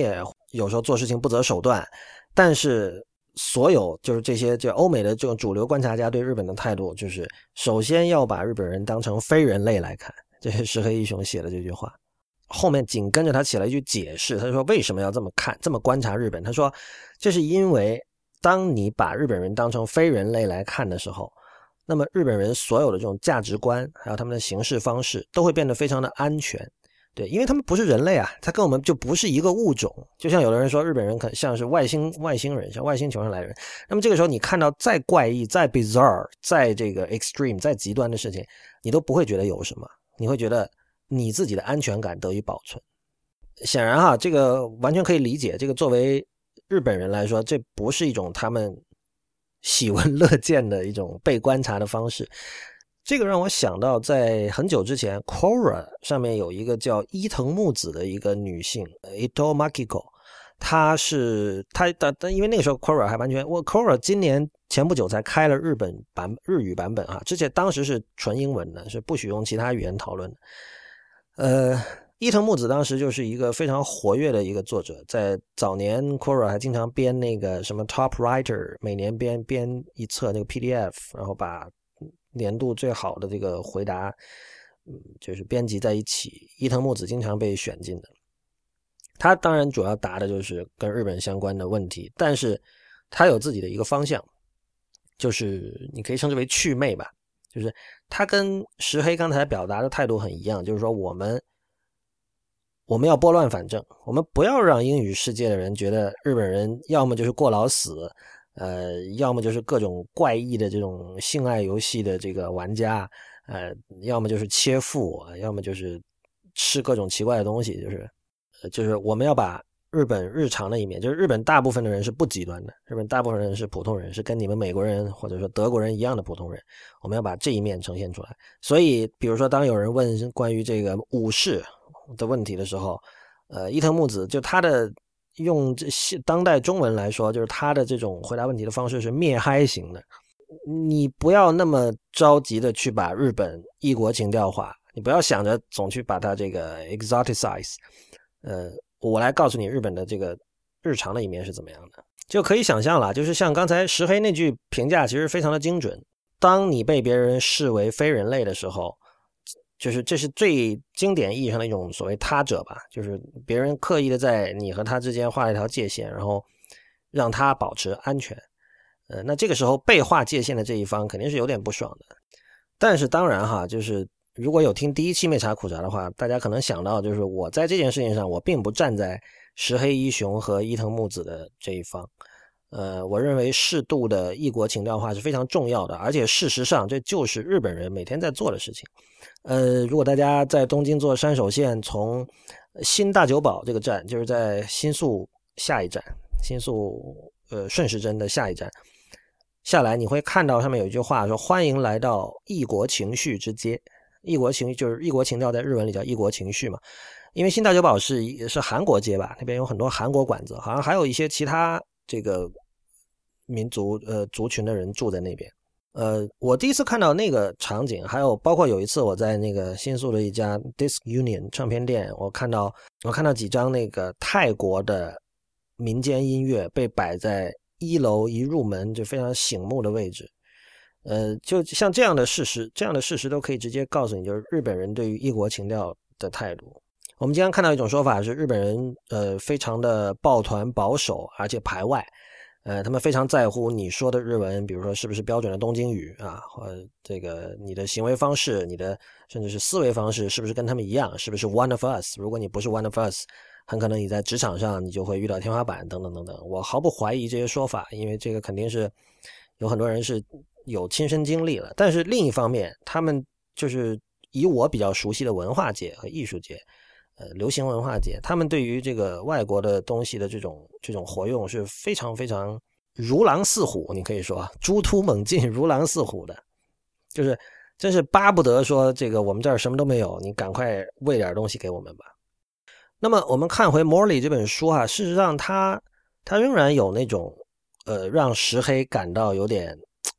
有时候做事情不择手段，但是所有就是这些就欧美的这种主流观察家对日本的态度，就是首先要把日本人当成非人类来看，这是石黑一雄写的这句话。后面紧跟着他写了一句解释，他说为什么要这么看这么观察日本，他说这是因为当你把日本人当成非人类来看的时候，那么日本人所有的这种价值观还有他们的行事方式都会变得非常的安全。对，因为他们不是人类啊，他跟我们就不是一个物种。就像有的人说日本人可像是外星外星人，像外星球上来的人，那么这个时候你看到再怪异再 bizarre 再这个 extreme 再极端的事情，你都不会觉得有什么，你会觉得你自己的安全感得以保存。显然哈，这个完全可以理解，这个作为日本人来说，这不是一种他们喜闻乐见的一种被观察的方式。这个让我想到在很久之前 Quora 上面有一个叫伊藤木子的一个女性 Ito Makiko， 她是她的因为那个时候 Quora 还完全我 Quora 今年前不久才开了日本版日语版本啊，之前当时是纯英文的，是不许用其他语言讨论的。呃伊藤木子当时就是一个非常活跃的一个作者，在早年 Quora 还经常编那个什么 Top Writer， 每年编编一册那个 P D F， 然后把年度最好的这个回答嗯，就是编辑在一起，伊藤木子经常被选进的。他当然主要答的就是跟日本相关的问题，但是他有自己的一个方向，就是你可以称之为祛魅吧，就是他跟石黑刚才表达的态度很一样，就是说我们我们要拨乱反正，我们不要让英语世界的人觉得日本人要么就是过劳死，呃，要么就是各种怪异的这种性爱游戏的这个玩家，呃，要么就是切腹，要么就是吃各种奇怪的东西，就是，呃，就是我们要把日本日常的一面，就是日本大部分的人是不极端的，日本大部分人是普通人，是跟你们美国人或者说德国人一样的普通人，我们要把这一面呈现出来。所以，比如说当有人问关于这个武士的问题的时候，呃，伊藤木子就他的用这当代中文来说，就是他的这种回答问题的方式是灭嗨型的。你不要那么着急的去把日本异国情调化，你不要想着总去把它这个 exoticize。呃，我来告诉你日本的这个日常的一面是怎么样的，就可以想象了。就是像刚才石黑那句评价，其实非常的精准。当你被别人视为非人类的时候，就是这是最经典意义上的一种所谓他者吧，就是别人刻意的在你和他之间画了一条界限，然后让他保持安全。呃，那这个时候被划界限的这一方肯定是有点不爽的。但是当然哈，就是如果有听第一期灭茶苦茶的话，大家可能想到就是我在这件事情上，我并不站在石黑一雄和伊藤木子的这一方。呃，我认为适度的异国情调化是非常重要的，而且事实上这就是日本人每天在做的事情。呃，如果大家在东京坐山手线，从新大久保这个站，就是在新宿下一站，新宿呃顺时针的下一站下来，你会看到上面有一句话说：“欢迎来到异国情绪之街。”异国情就是异国情调，在日文里叫异国情绪嘛。因为新大久保是是韩国街吧，那边有很多韩国馆子，好像还有一些其他这个民族呃族群的人住在那边。呃，我第一次看到那个场景，还有包括有一次我在那个新宿的一家 Disc Union 唱片店，我看到我看到几张那个泰国的民间音乐被摆在一楼一入门就非常醒目的位置。呃，就像这样的事实，这样的事实都可以直接告诉你，就是日本人对于异国情调的态度。我们经常看到一种说法是，日本人呃非常的抱团保守，而且排外。呃，他们非常在乎你说的日文，比如说是不是标准的东京语啊，或者这个你的行为方式，你的甚至是思维方式是不是跟他们一样，是不是 one of us？ 如果你不是 one of us， 很可能你在职场上你就会遇到天花板等等等等。我毫不怀疑这些说法，因为这个肯定是有很多人是有亲身经历了。但是另一方面，他们就是以我比较熟悉的文化界和艺术界。呃，流行文化界，他们对于这个外国的东西的这种这种活用是非常非常如狼似虎，你可以说猪突猛进，如狼似虎的，就是真是巴不得说这个我们这儿什么都没有，你赶快喂点东西给我们吧。那么我们看回 Morley 这本书啊，事实上他他仍然有那种呃让石黑感到有点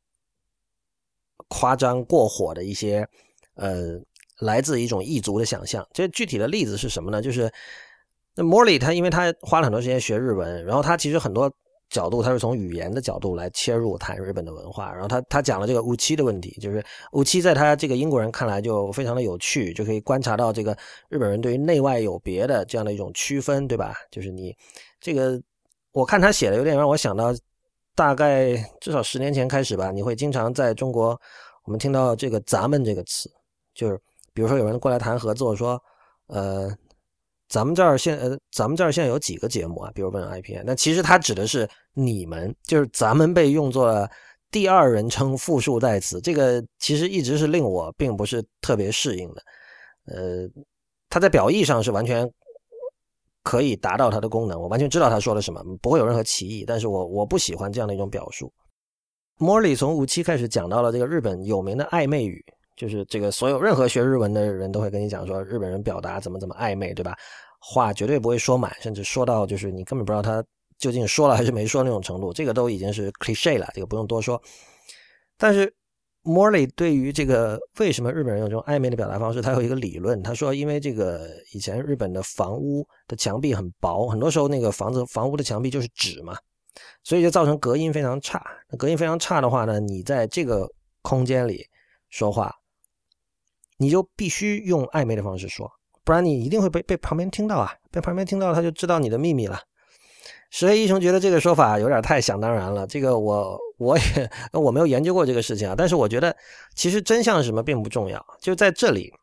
夸张过火的一些呃。来自一种异族的想象，这具体的例子是什么呢？就是那 Morley 他因为他花了很多时间学日文，然后他其实很多角度他是从语言的角度来切入谈日本的文化，然后他他讲了这个武器的问题，就是武器在他这个英国人看来就非常的有趣，就可以观察到这个日本人对于内外有别的这样的一种区分，对吧？就是你这个我看他写的有点让我想到大概至少十年前开始吧，你会经常在中国我们听到这个咱们这个词，就是比如说有人过来谈合作说呃咱们这儿现呃，咱们这儿现在有几个节目啊？比如问 I P N， 那其实它指的是你们，就是咱们被用作了第二人称复数代词，这个其实一直是令我并不是特别适应的。呃，它在表意上是完全可以达到它的功能，我完全知道他说了什么，不会有任何歧义，但是我我不喜欢这样的一种表述。Morley 从五期开始讲到了这个日本有名的暧昧语。就是这个所有任何学日文的人都会跟你讲说日本人表达怎么怎么暧昧，对吧？话绝对不会说满，甚至说到就是你根本不知道他究竟说了还是没说那种程度，这个都已经是 cliché 了，这个不用多说。但是 Morley 对于这个为什么日本人有这种暧昧的表达方式，他有一个理论，他说因为这个以前日本的房屋的墙壁很薄，很多时候那个房子房屋的墙壁就是纸嘛，所以就造成隔音非常差。隔音非常差的话呢，你在这个空间里说话你就必须用暧昧的方式说，不然你一定会被被旁边听到啊，被旁边听到他就知道你的秘密了。石黑一雄觉得这个说法有点太想当然了，这个我我也我没有研究过这个事情啊，但是我觉得其实真相是什么并不重要，就在这里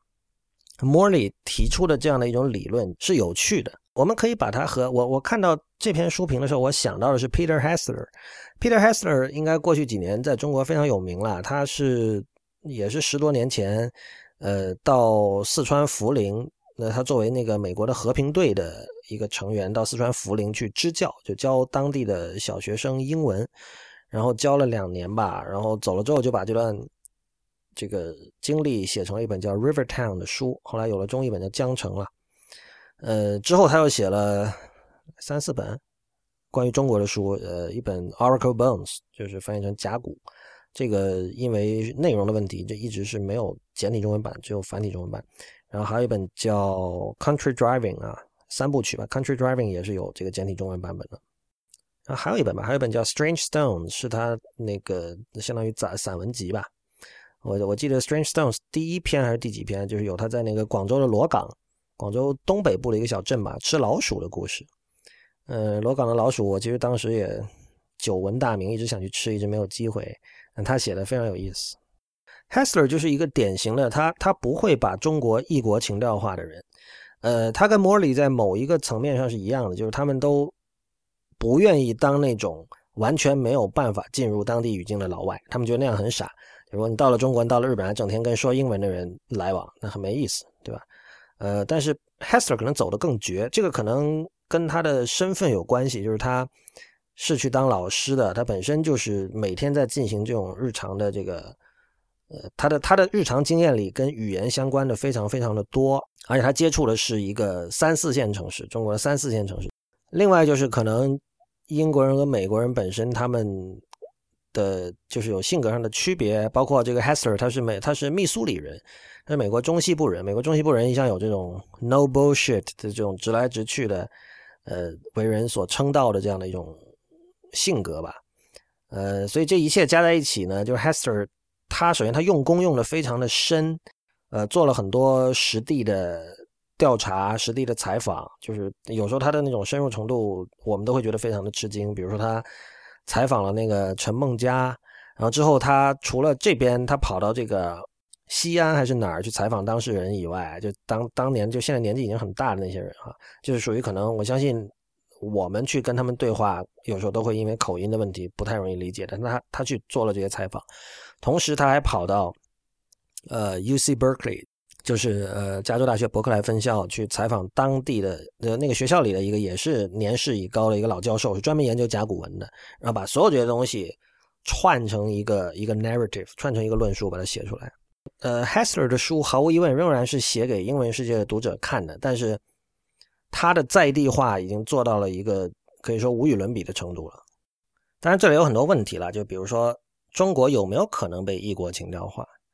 Morley 提出的这样的一种理论是有趣的，我们可以把它和我我看到这篇书评的时候，我想到的是 Peter Hessler。Peter Hessler 应该过去几年在中国非常有名了，他是也是十多年前呃，到四川涪陵，那他作为那个美国的和平队的一个成员，到四川涪陵去支教，就教当地的小学生英文，然后教了两年吧，然后走了之后就把这段这个经历写成了一本叫 River Town 的书，后来有了中译本叫江城了。呃，之后他又写了三四本关于中国的书，呃，一本 Oracle Bones 就是翻译成甲骨。这个因为内容的问题，这一直是没有简体中文版，只有繁体中文版。然后还有一本叫 Country Driving 啊，三部曲吧 ，Country Driving 也是有这个简体中文版本的。然后还有一本吧，还有一本叫 Strange Stones， 是他那个相当于散散文集吧。我我记得 Strange Stones 第一篇还是第几篇，就是有他在那个广州的罗岗，广州东北部的一个小镇吧，吃老鼠的故事。呃，罗岗的老鼠，我其实当时也久闻大名，一直想去吃，一直没有机会。他写的非常有意思。Hessler 就是一个典型的他他不会把中国异国情调化的人。呃，他跟 Morley 在某一个层面上是一样的，就是他们都不愿意当那种完全没有办法进入当地语境的老外，他们觉得那样很傻。如果你到了中国，你到了日本，还整天跟说英文的人来往，那很没意思，对吧？呃，但是 Hessler 可能走得更绝，这个可能跟他的身份有关系，就是他是去当老师的，他本身就是每天在进行这种日常的这个，呃，他的他的日常经验里跟语言相关的非常非常的多，而且他接触的是一个三四线城市，中国的三四线城市。另外就是可能英国人和美国人本身他们的就是有性格上的区别，包括这个 Hessler 他是美他是密苏里人，他是美国中西部人，美国中西部人一向有这种 no bullshit 的这种直来直去的，呃，为人所称道的这样的一种性格吧。呃，所以这一切加在一起呢，就是 Hessler 他首先他用功用的非常的深，呃，做了很多实地的调查，实地的采访，就是有时候他的那种深入程度我们都会觉得非常的吃惊。比如说他采访了那个陈梦家，然后之后他除了这边他跑到这个西安还是哪儿去采访当事人以外，就当当年就现在年纪已经很大的那些人哈，就是属于可能我相信我们去跟他们对话有时候都会因为口音的问题不太容易理解，但他他去做了这些采访，同时他还跑到呃 U C Berkeley， 就是呃加州大学伯克莱分校去采访当地的呃那个学校里的一个也是年事已高的一个老教授，是专门研究甲骨文的，然后把所有这些东西串成一个一个 narrative， 串成一个论述把它写出来。呃 Hessler 的书毫无疑问仍然是写给英文世界的读者看的，但是他的在地化已经做到了一个可以说无与伦比的程度了。当然这里有很多问题了，就比如说中国有没有可能被异国情调化？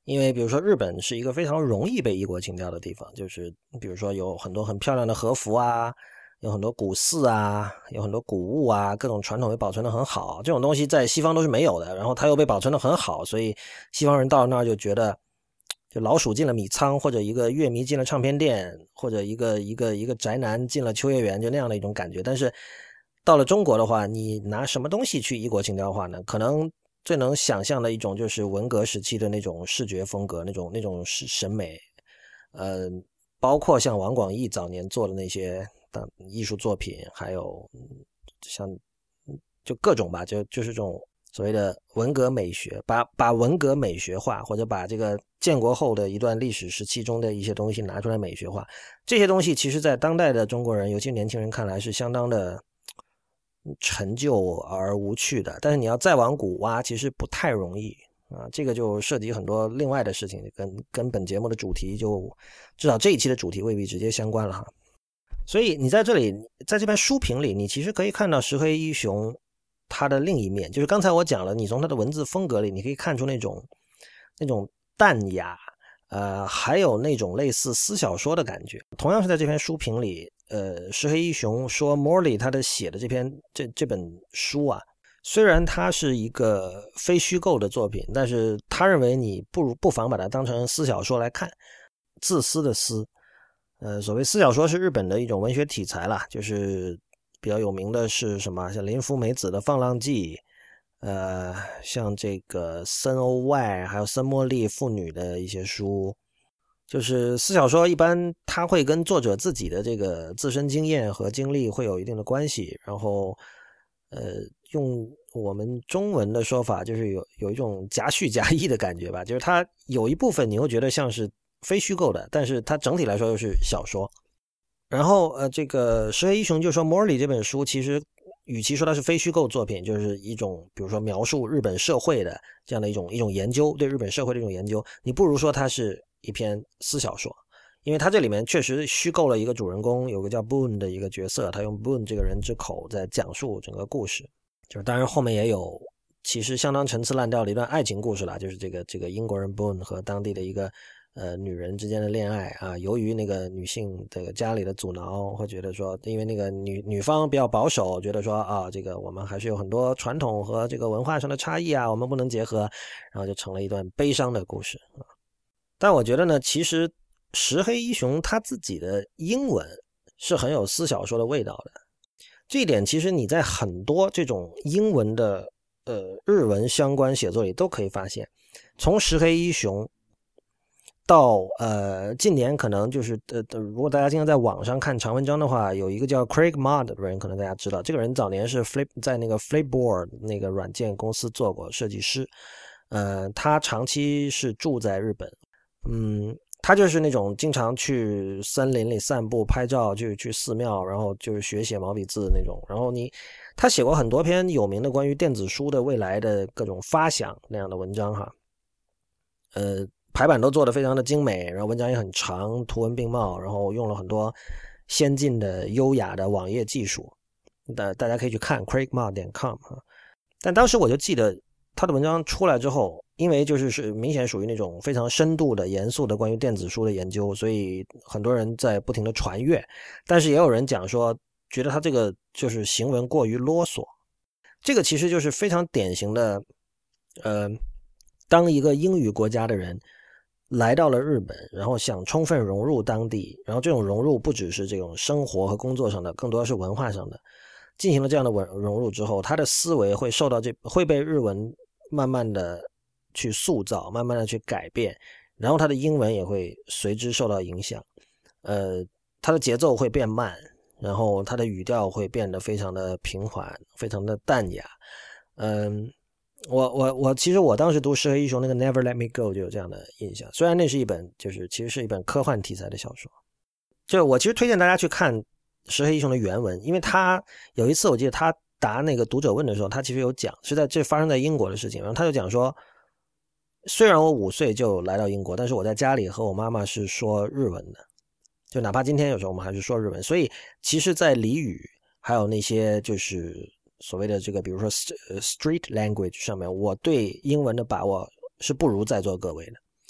因为比如说日本是一个非常容易被异国情调的地方，就是比如说有很多很漂亮的和服啊，有很多古寺啊，有很多古物啊，各种传统也保存得很好，这种东西在西方都是没有的，然后它又被保存得很好，所以西方人到了那儿就觉得就老鼠进了米仓，或者一个乐迷进了唱片店，或者一个一个一个宅男进了秋叶原，就那样的一种感觉。但是到了中国的话，你拿什么东西去异国情调化呢？可能最能想象的一种就是文革时期的那种视觉风格，那种那种审美，呃，包括像王广义早年做的那些艺术作品，还有像就各种吧，就就是这种所谓的文革美学，把把文革美学化，或者把这个建国后的一段历史时期中的一些东西拿出来美学化，这些东西其实在当代的中国人，尤其年轻人看来是相当的陈旧而无趣的，但是你要再往古挖，其实不太容易啊。这个就涉及很多另外的事情，跟跟本节目的主题就至少这一期的主题未必直接相关了哈。所以你在这里，在这篇书评里，你其实可以看到石黑一雄他的另一面，就是刚才我讲了，你从他的文字风格里，你可以看出那种那种淡雅，呃，还有那种类似私小说的感觉。同样是在这篇书评里。呃，石黑一雄说 Morley 他的写的这篇这这本书啊，虽然它是一个非虚构的作品，但是他认为你不如不妨把它当成私小说来看。自私的私，呃，所谓私小说是日本的一种文学题材啦，就是比较有名的是什么，像林芙美子的《放浪记》，呃，像这个森欧外还有森茉莉父女的一些书。就是私小说一般它会跟作者自己的这个自身经验和经历会有一定的关系，然后呃用我们中文的说法就是有有一种夹叙夹议的感觉吧，就是它有一部分你会觉得像是非虚构的，但是它整体来说又是小说。然后呃这个石黑一雄就说 Morley 这本书其实与其说它是非虚构作品，就是一种比如说描述日本社会的这样的一种一种研究，对日本社会的一种研究，你不如说它是一篇私小说，因为它这里面确实虚构了一个主人公，有个叫 Boone 的一个角色，他用 Boone 这个人之口在讲述整个故事。就是当然后面也有其实相当陈词滥调的一段爱情故事啦，就是这个这个英国人 Boone 和当地的一个呃女人之间的恋爱啊，由于那个女性这个家里的阻挠，会觉得说，因为那个女女方比较保守，觉得说啊，这个我们还是有很多传统和这个文化上的差异啊，我们不能结合，然后就成了一段悲伤的故事啊。但我觉得呢，其实石黑一雄他自己的英文是很有私小说的味道的。这一点其实你在很多这种英文的呃日文相关写作里都可以发现。从石黑一雄到呃近年可能就是呃如果大家经常在网上看长文章的话，有一个叫 Craig Mod 的人，可能大家知道，这个人早年是 Flip 在那个 Flipboard 那个软件公司做过设计师，呃他长期是住在日本。嗯，他就是那种经常去森林里散步拍照，就去寺庙，然后就是学写毛笔字那种。然后你他写过很多篇有名的关于电子书的未来的各种发想那样的文章哈。呃排版都做得非常的精美，然后文章也很长，图文并茂，然后用了很多先进的优雅的网页技术。大大家可以去看 craig mod 点 com 哈。但当时我就记得他的文章出来之后，因为就是是明显属于那种非常深度的严肃的关于电子书的研究，所以很多人在不停的传阅，但是也有人讲说觉得他这个就是行文过于啰嗦。这个其实就是非常典型的呃，当一个英语国家的人来到了日本，然后想充分融入当地，然后这种融入不只是这种生活和工作上的，更多是文化上的，进行了这样的融入之后，他的思维会受到这会被日文慢慢的去塑造，慢慢的去改变，然后他的英文也会随之受到影响。呃，他的节奏会变慢，然后他的语调会变得非常的平缓，非常的淡雅。嗯，我我我其实我当时读石黑一雄那个 Never Let Me Go 就有这样的印象，虽然那是一本就是其实是一本科幻题材的小说。就我其实推荐大家去看石黑一雄的原文，因为他有一次我记得他答那个读者问的时候，他其实有讲是在这发生在英国的事情，然后他就讲说，虽然我五岁就来到英国，但是我在家里和我妈妈是说日文的，就哪怕今天有时候我们还是说日文，所以其实在俚语还有那些就是所谓的这个比如说 street language 上面，我对英文的把握是不如在座各位的。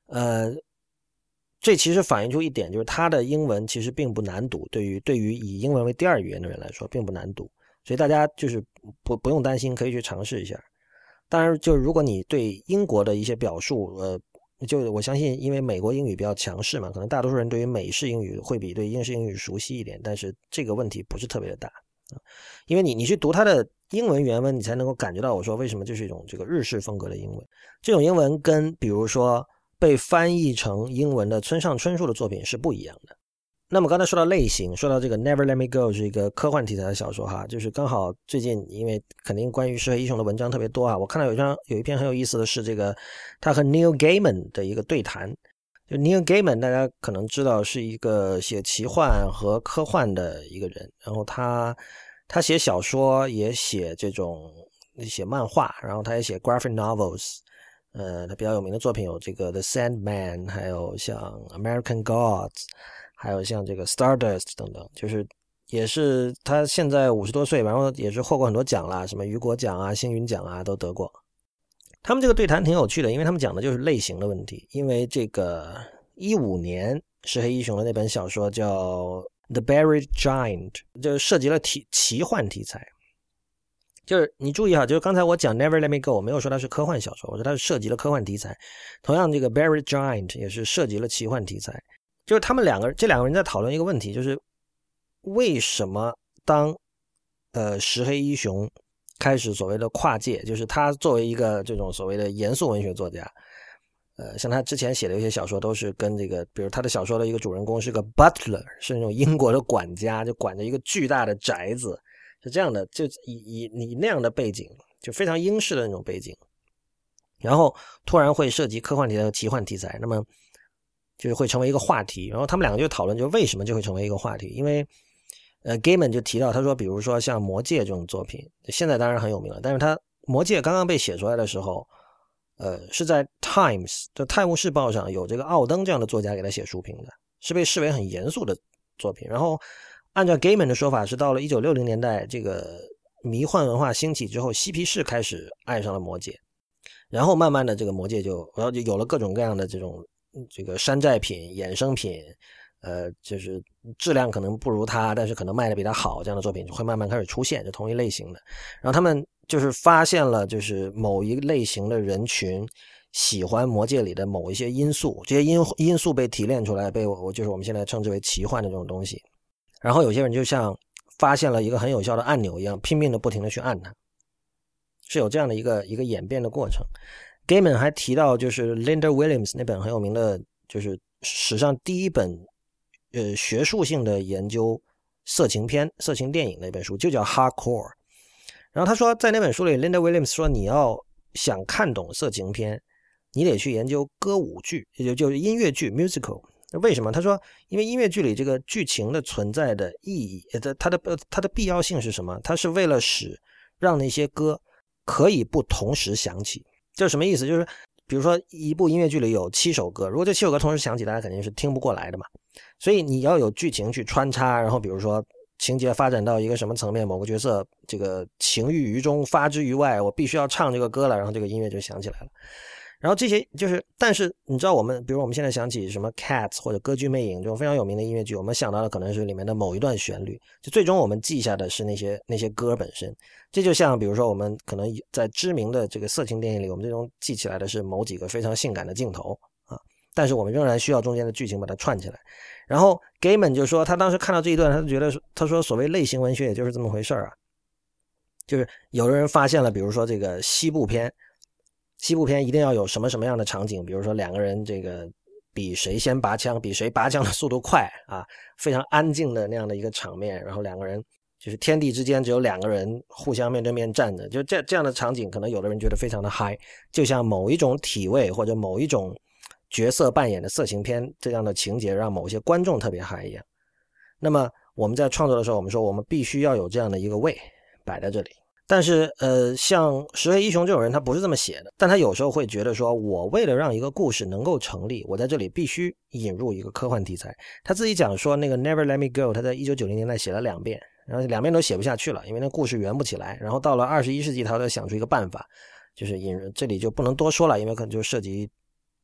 呃，这其实反映出一点，就是他的英文其实并不难读，对于对于以英文为第二语言的人来说并不难读，所以大家就是不不用担心，可以去尝试一下。当然，就如果你对英国的一些表述，呃，就我相信，因为美国英语比较强势嘛，可能大多数人对于美式英语会比对英式英语熟悉一点，但是这个问题不是特别的大，因为你你去读它的英文原文，你才能够感觉到我说为什么这是一种这个日式风格的英文。这种英文跟比如说被翻译成英文的村上春树的作品是不一样的。那么刚才说到类型，说到这个 Never Let Me Go 是一个科幻题材的小说哈，就是刚好最近因为肯定关于石黑一雄的文章特别多啊，我看到有一张有一篇很有意思的是这个他和 Neil Gaiman 的一个对谈。就 Neil Gaiman 大家可能知道是一个写奇幻和科幻的一个人，然后他他写小说也写这种写漫画，然后他也写 graphic novels。呃，他比较有名的作品有这个 The Sandman， 还有像 American Gods， 还有像这个 Stardust 等等，就是也是他现在五十多岁，然后也是获过很多奖啦，什么雨果奖啊、星云奖啊都得过。他们这个对谈挺有趣的，因为他们讲的就是类型的问题。因为这个一五年石黑一雄的那本小说叫 The Buried Giant， 就涉及了题奇幻题材。就是你注意哈，就是刚才我讲 Never Let Me Go， 我没有说它是科幻小说，我说它是涉及了科幻题材。同样这个 Buried Giant 也是涉及了奇幻题材。就是他们两个这两个人在讨论一个问题，就是为什么当呃石黑一雄开始所谓的跨界，就是他作为一个这种所谓的严肃文学作家，呃，像他之前写的一些小说都是跟这个，比如他的小说的一个主人公是个 butler， 是那种英国的管家，就管着一个巨大的宅子。是这样的，就以以你那样的背景，就非常英式的那种背景，然后突然会涉及科幻题材和奇幻题材，那么就是会成为一个话题。然后他们两个就讨论，就为什么就会成为一个话题？因为呃 Gaiman 就提到，他说，比如说像《魔戒》这种作品，现在当然很有名了，但是他《魔戒》刚刚被写出来的时候，呃，是在 Times 的《泰晤士报》上有这个奥登这样的作家给他写书评的，是被视为很严肃的作品。然后按照 Gaiman 的说法，是到了一九六零年代，这个迷幻文化兴起之后，嬉皮士开始爱上了魔戒，然后慢慢的这个魔戒就然后就有了各种各样的这种这个山寨品、衍生品，呃，就是质量可能不如它，但是可能卖的比它好，这样的作品就会慢慢开始出现，就同一类型的。然后他们就是发现了，就是某一类型的人群喜欢魔戒里的某一些因素，这些因因素被提炼出来，被我就是我们现在称之为奇幻的这种东西。然后有些人就像发现了一个很有效的按钮一样，拼命的不停的去按它，是有这样的一个一个演变的过程。Gaiman 还提到，就是 Linda Williams 那本很有名的，就是史上第一本呃学术性的研究色情片、色情电影的一本书，就叫 Hardcore。然后他说，在那本书里 ，Linda Williams 说，你要想看懂色情片，你得去研究歌舞剧，也就就是音乐剧 musical。为什么？他说，因为音乐剧里这个剧情的存在的意义，它的它的必要性是什么？它是为了使让那些歌可以不同时响起。这是什么意思？就是比如说一部音乐剧里有七首歌，如果这七首歌同时响起，大家肯定是听不过来的嘛。所以你要有剧情去穿插，然后比如说情节发展到一个什么层面，某个角色这个情欲于中发之于外，我必须要唱这个歌了，然后这个音乐就响起来了。然后这些就是，但是你知道我们，比如我们现在想起什么 Cats 或者歌剧魅影这种非常有名的音乐剧，我们想到的可能是里面的某一段旋律，就最终我们记下的是那些那些歌本身。这就像比如说我们可能在知名的这个色情电影里，我们最终记起来的是某几个非常性感的镜头啊，但是我们仍然需要中间的剧情把它串起来。然后 Gaiman 就说他当时看到这一段，他就觉得他说所谓类型文学也就是这么回事啊，就是有的人发现了，比如说这个西部片。西部片一定要有什么什么样的场景，比如说两个人这个比谁先拔枪，比谁拔枪的速度快啊，非常安静的那样的一个场面，然后两个人就是天地之间只有两个人互相面对面站着，就这这样的场景，可能有的人觉得非常的嗨，就像某一种体位或者某一种角色扮演的色情片这样的情节让某些观众特别嗨一样。那么我们在创作的时候，我们说我们必须要有这样的一个位摆在这里。但是呃，像石黑一雄这种人他不是这么写的，但他有时候会觉得说，我为了让一个故事能够成立，我在这里必须引入一个科幻题材。他自己讲说那个 Never Let Me Go 他在一九九零年代写了两遍，然后两遍都写不下去了，因为那故事圆不起来。然后到了二十一世纪他就想出一个办法，就是引这里就不能多说了，因为可能就涉及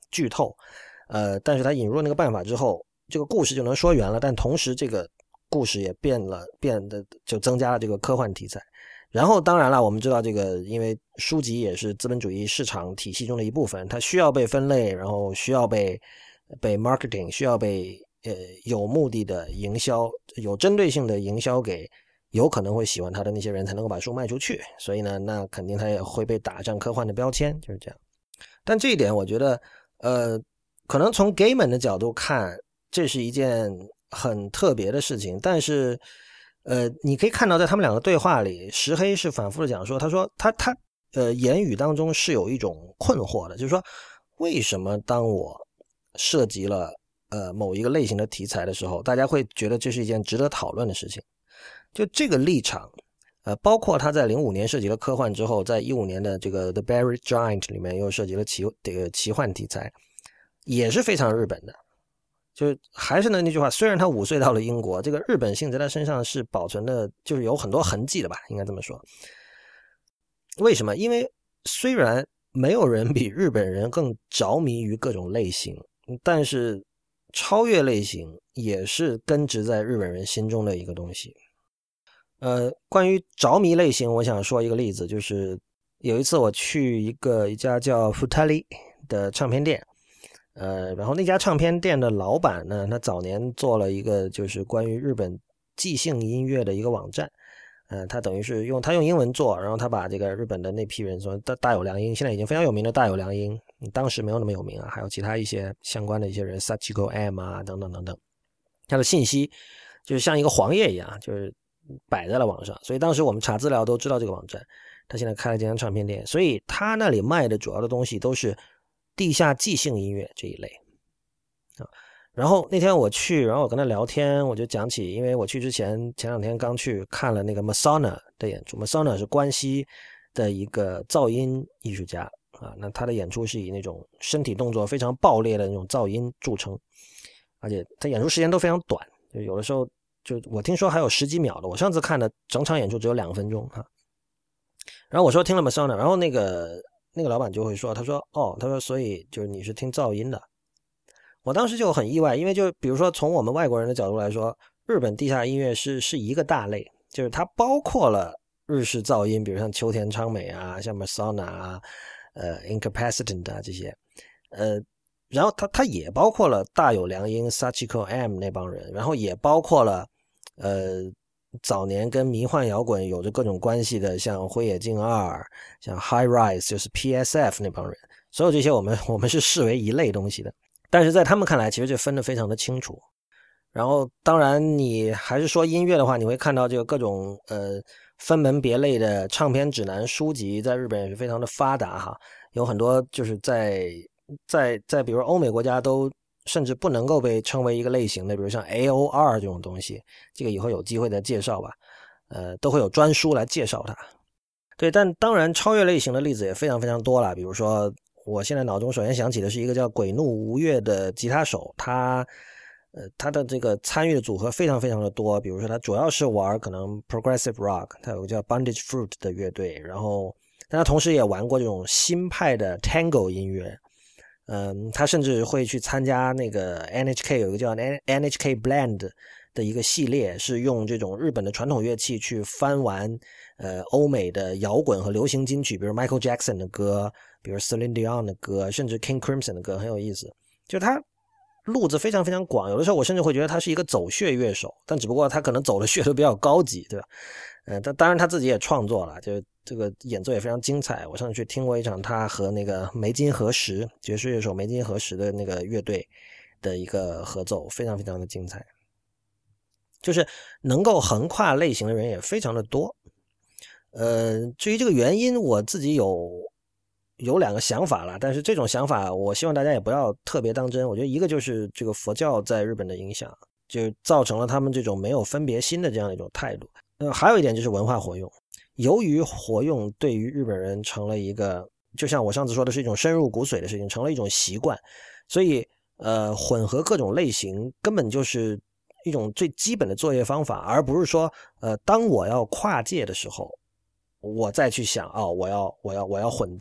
剧透，呃，但是他引入那个办法之后，这个故事就能说圆了，但同时这个故事也变了，变得就增加了这个科幻题材。然后当然了，我们知道这个，因为书籍也是资本主义市场体系中的一部分，它需要被分类，然后需要被被 marketing， 需要被呃有目的的营销，有针对性的营销给有可能会喜欢它的那些人，才能够把书卖出去。所以呢，那肯定它也会被打上科幻的标签，就是这样。但这一点我觉得，呃，可能从 Gaiman 的角度看，这是一件很特别的事情，但是。呃，你可以看到在他们两个对话里，石黑是反复的讲说，他说他他呃言语当中是有一种困惑的，就是说为什么当我涉及了呃某一个类型的题材的时候，大家会觉得这是一件值得讨论的事情？就这个立场，呃，包括他在零五年涉及了科幻之后，在一五年的这个 The Buried Giant 里面又涉及了奇这个奇幻题材，也是非常日本的。就还是那句话，虽然他五岁到了英国，这个日本性在他身上是保存的，就是有很多痕迹的吧，应该这么说。为什么？因为虽然没有人比日本人更着迷于各种类型，但是超越类型也是根植在日本人心中的一个东西。呃，关于着迷类型，我想说一个例子，就是有一次我去一个一家叫 Futali 的唱片店。呃，然后那家唱片店的老板呢，他早年做了一个就是关于日本即兴音乐的一个网站，呃，他等于是用他用英文做，然后他把这个日本的那批人说大大有良音，现在已经非常有名的大有良音，当时没有那么有名啊，还有其他一些相关的一些人 Sachiko M 啊等等等等，他的信息就是像一个黄页一样，就是摆在了网上，所以当时我们查资料都知道这个网站，他现在开了这家唱片店，所以他那里卖的主要的东西都是地下即兴音乐这一类啊。然后那天我去，然后我跟他聊天，我就讲起，因为我去之前前两天刚去看了那个 Masona 的演出， Masona 是关西的一个噪音艺术家啊，那他的演出是以那种身体动作非常爆裂的那种噪音著称，而且他演出时间都非常短，就有的时候就我听说还有十几秒的，我上次看的整场演出只有两分钟啊。然后我说听了 Masona， 然后那个那个老板就会说，他说哦，他说所以就是你是听噪音的。我当时就很意外，因为就比如说从我们外国人的角度来说，日本地下音乐是是一个大类，就是它包括了日式噪音，比如像秋田昌美啊，像 Masona 啊，呃 Incapacitant 啊这些，呃，然后它它也包括了大有良音 Sachiko M 那帮人，然后也包括了呃早年跟迷幻摇滚有着各种关系的，像辉野静二，像 High Rise 就是 P S F 那帮人，所有这些我们我们是视为一类东西的。但是在他们看来，其实这分得非常的清楚。然后，当然你还是说音乐的话，你会看到这个各种呃分门别类的唱片指南书籍，在日本也是非常的发达哈。有很多就是在在在比如欧美国家都甚至不能够被称为一个类型的，比如像 A O R 这种东西，这个以后有机会再介绍吧。呃，都会有专书来介绍它。对，但当然超越类型的例子也非常非常多了，比如说。我现在脑中首先想起的是一个叫鬼怒无月的吉他手，他呃他的这个参与的组合非常非常的多，比如说他主要是玩可能 progressive rock， 他有个叫 Bondage Fruit 的乐队，然后但他同时也玩过这种新派的 tango 音乐，嗯，他甚至会去参加那个 N H K 有一个叫 N H K Blend 的一个系列，是用这种日本的传统乐器去翻玩呃欧美的摇滚和流行金曲，比如 Michael Jackson 的歌，比如 Celine Dion 的歌，甚至 King Crimson 的歌，很有意思。就他路子非常非常广，有的时候我甚至会觉得他是一个走穴乐手，但只不过他可能走的穴都比较高级，对吧？呃，但当然他自己也创作了，就这个演奏也非常精彩。我上次去听过一场他和那个梅津和实爵士乐手梅津和实的那个乐队的一个合奏，非常非常的精彩。就是能够横跨类型的人也非常的多。呃，至于这个原因，我自己有有两个想法了，但是这种想法我希望大家也不要特别当真。我觉得一个就是这个佛教在日本的影响，就造成了他们这种没有分别心的这样一种态度。呃，还有一点就是文化活用，由于活用对于日本人成了一个，就像我上次说的是一种深入骨髓的事情，成了一种习惯，所以呃，混合各种类型根本就是一种最基本的作业方法，而不是说呃，当我要跨界的时候，我再去想哦，我要我要我要混搭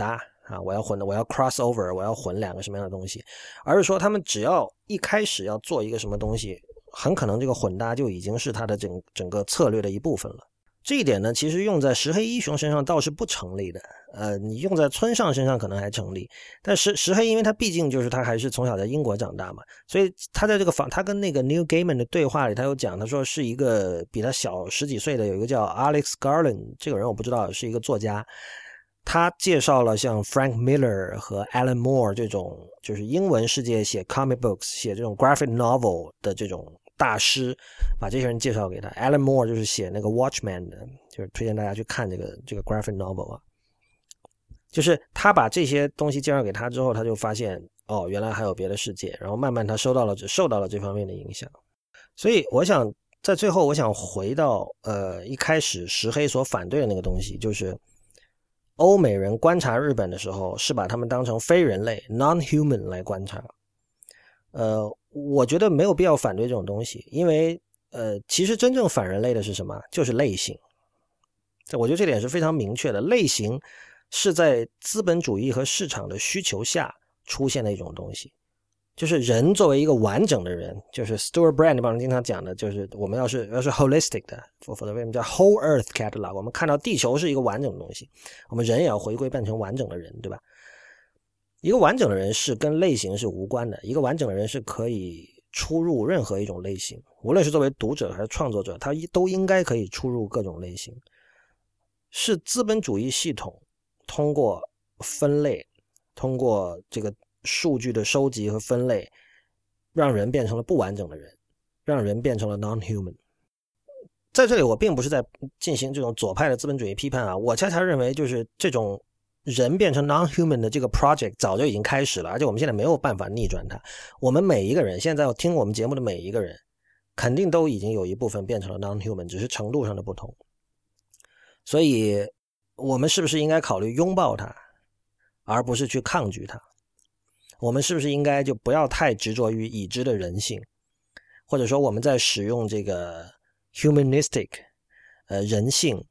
啊，我要混的，我要 cross over， 我要混两个什么样的东西，而是说他们只要一开始要做一个什么东西，很可能这个混搭就已经是它的整整个策略的一部分了。这一点呢，其实用在石黑一雄身上倒是不成立的，呃，你用在村上身上可能还成立，但石石黑因为他毕竟就是他还是从小在英国长大嘛，所以他在这个访他跟那个 Neil Gaiman 的对话里，他有讲，他说是一个比他小十几岁的有一个叫 Alex Garland， 这个人我不知道，是一个作家，他介绍了像 Frank Miller 和 Alan Moore 这种就是英文世界写 comic books 写这种 graphic novel 的这种大师，把这些人介绍给他。 Alan Moore 就是写那个 Watchmen 的，就是推荐大家去看这个这个 graphic novel 啊。就是他把这些东西介绍给他之后，他就发现哦，原来还有别的世界，然后慢慢他受到了受到了这方面的影响。所以我想在最后我想回到呃一开始石黑所反对的那个东西，就是欧美人观察日本的时候是把他们当成非人类 non-human 来观察。呃我觉得没有必要反对这种东西，因为呃其实真正反人类的是什么？就是类型。我觉得这点是非常明确的，类型是在资本主义和市场的需求下出现的一种东西。就是人作为一个完整的人，就是 Stuart Brand 那帮人经常讲的，就是我们要是要是 holistic 的，否则为什么叫 whole earth catalog？ 我们看到地球是一个完整的东西，我们人也要回归变成完整的人，对吧？一个完整的人是跟类型是无关的，一个完整的人是可以出入任何一种类型，无论是作为读者还是创作者，他都应该可以出入各种类型。是资本主义系统通过分类，通过这个数据的收集和分类，让人变成了不完整的人，让人变成了 non-human。 在这里我并不是在进行这种左派的资本主义批判啊，我恰恰认为就是这种人变成 non-human 的这个 project 早就已经开始了，而且我们现在没有办法逆转它。我们每一个人现在听我们节目的每一个人肯定都已经有一部分变成了 non-human， 只是程度上的不同。所以我们是不是应该考虑拥抱它，而不是去抗拒它？我们是不是应该就不要太执着于已知的人性，或者说我们在使用这个 humanistic 呃人性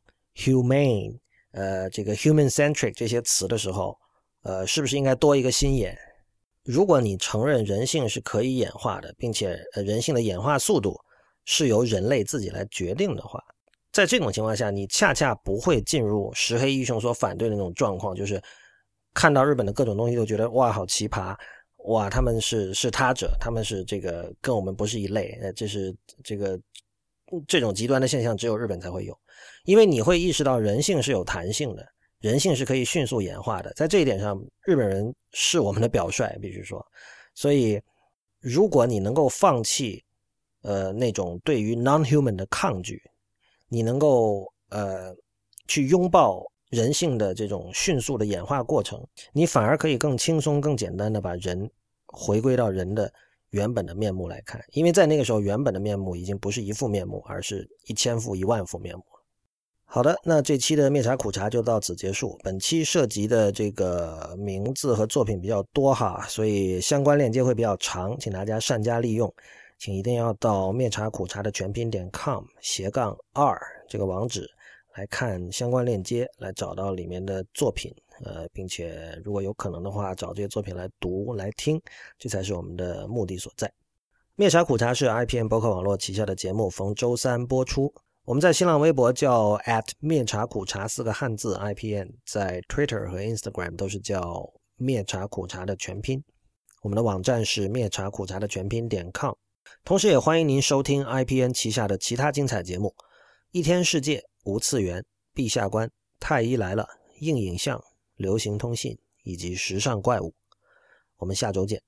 humane 呃这个 human centric 这些词的时候，呃是不是应该多一个心眼？如果你承认人性是可以演化的，并且呃人性的演化速度是由人类自己来决定的话，在这种情况下，你恰恰不会进入石黑一雄所反对的那种状况，就是看到日本的各种东西都觉得哇好奇葩，哇他们是是他者，他们是这个跟我们不是一类，这是这个这种极端的现象只有日本才会有。因为你会意识到人性是有弹性的，人性是可以迅速演化的，在这一点上日本人是我们的表率，必须说。所以如果你能够放弃呃那种对于 non-human 的抗拒，你能够呃去拥抱人性的这种迅速的演化过程，你反而可以更轻松更简单的把人回归到人的原本的面目来看，因为在那个时候原本的面目已经不是一副面目，而是一千副一万副面目。好的，那这期的灭茶苦茶就到此结束。本期涉及的这个名字和作品比较多哈，所以相关链接会比较长，请大家善加利用。请一定要到灭茶苦茶的全拼点 com 斜杠二这个网址来看相关链接，来找到里面的作品，呃，并且如果有可能的话，找这些作品来读来听，这才是我们的目的所在。灭茶苦茶是 I P N 播客网络旗下的节目，逢周三播出。我们在新浪微博叫 at 灭茶苦茶四个汉字 I P N， 在 Twitter 和 Instagram 都是叫灭茶苦茶的全拼。我们的网站是灭茶苦茶的全拼点 com。同时也欢迎您收听 I P N 旗下的其他精彩节目，一天世界、无次元、陛下观、太医来了、硬影像、流行通信以及时尚怪物。我们下周见。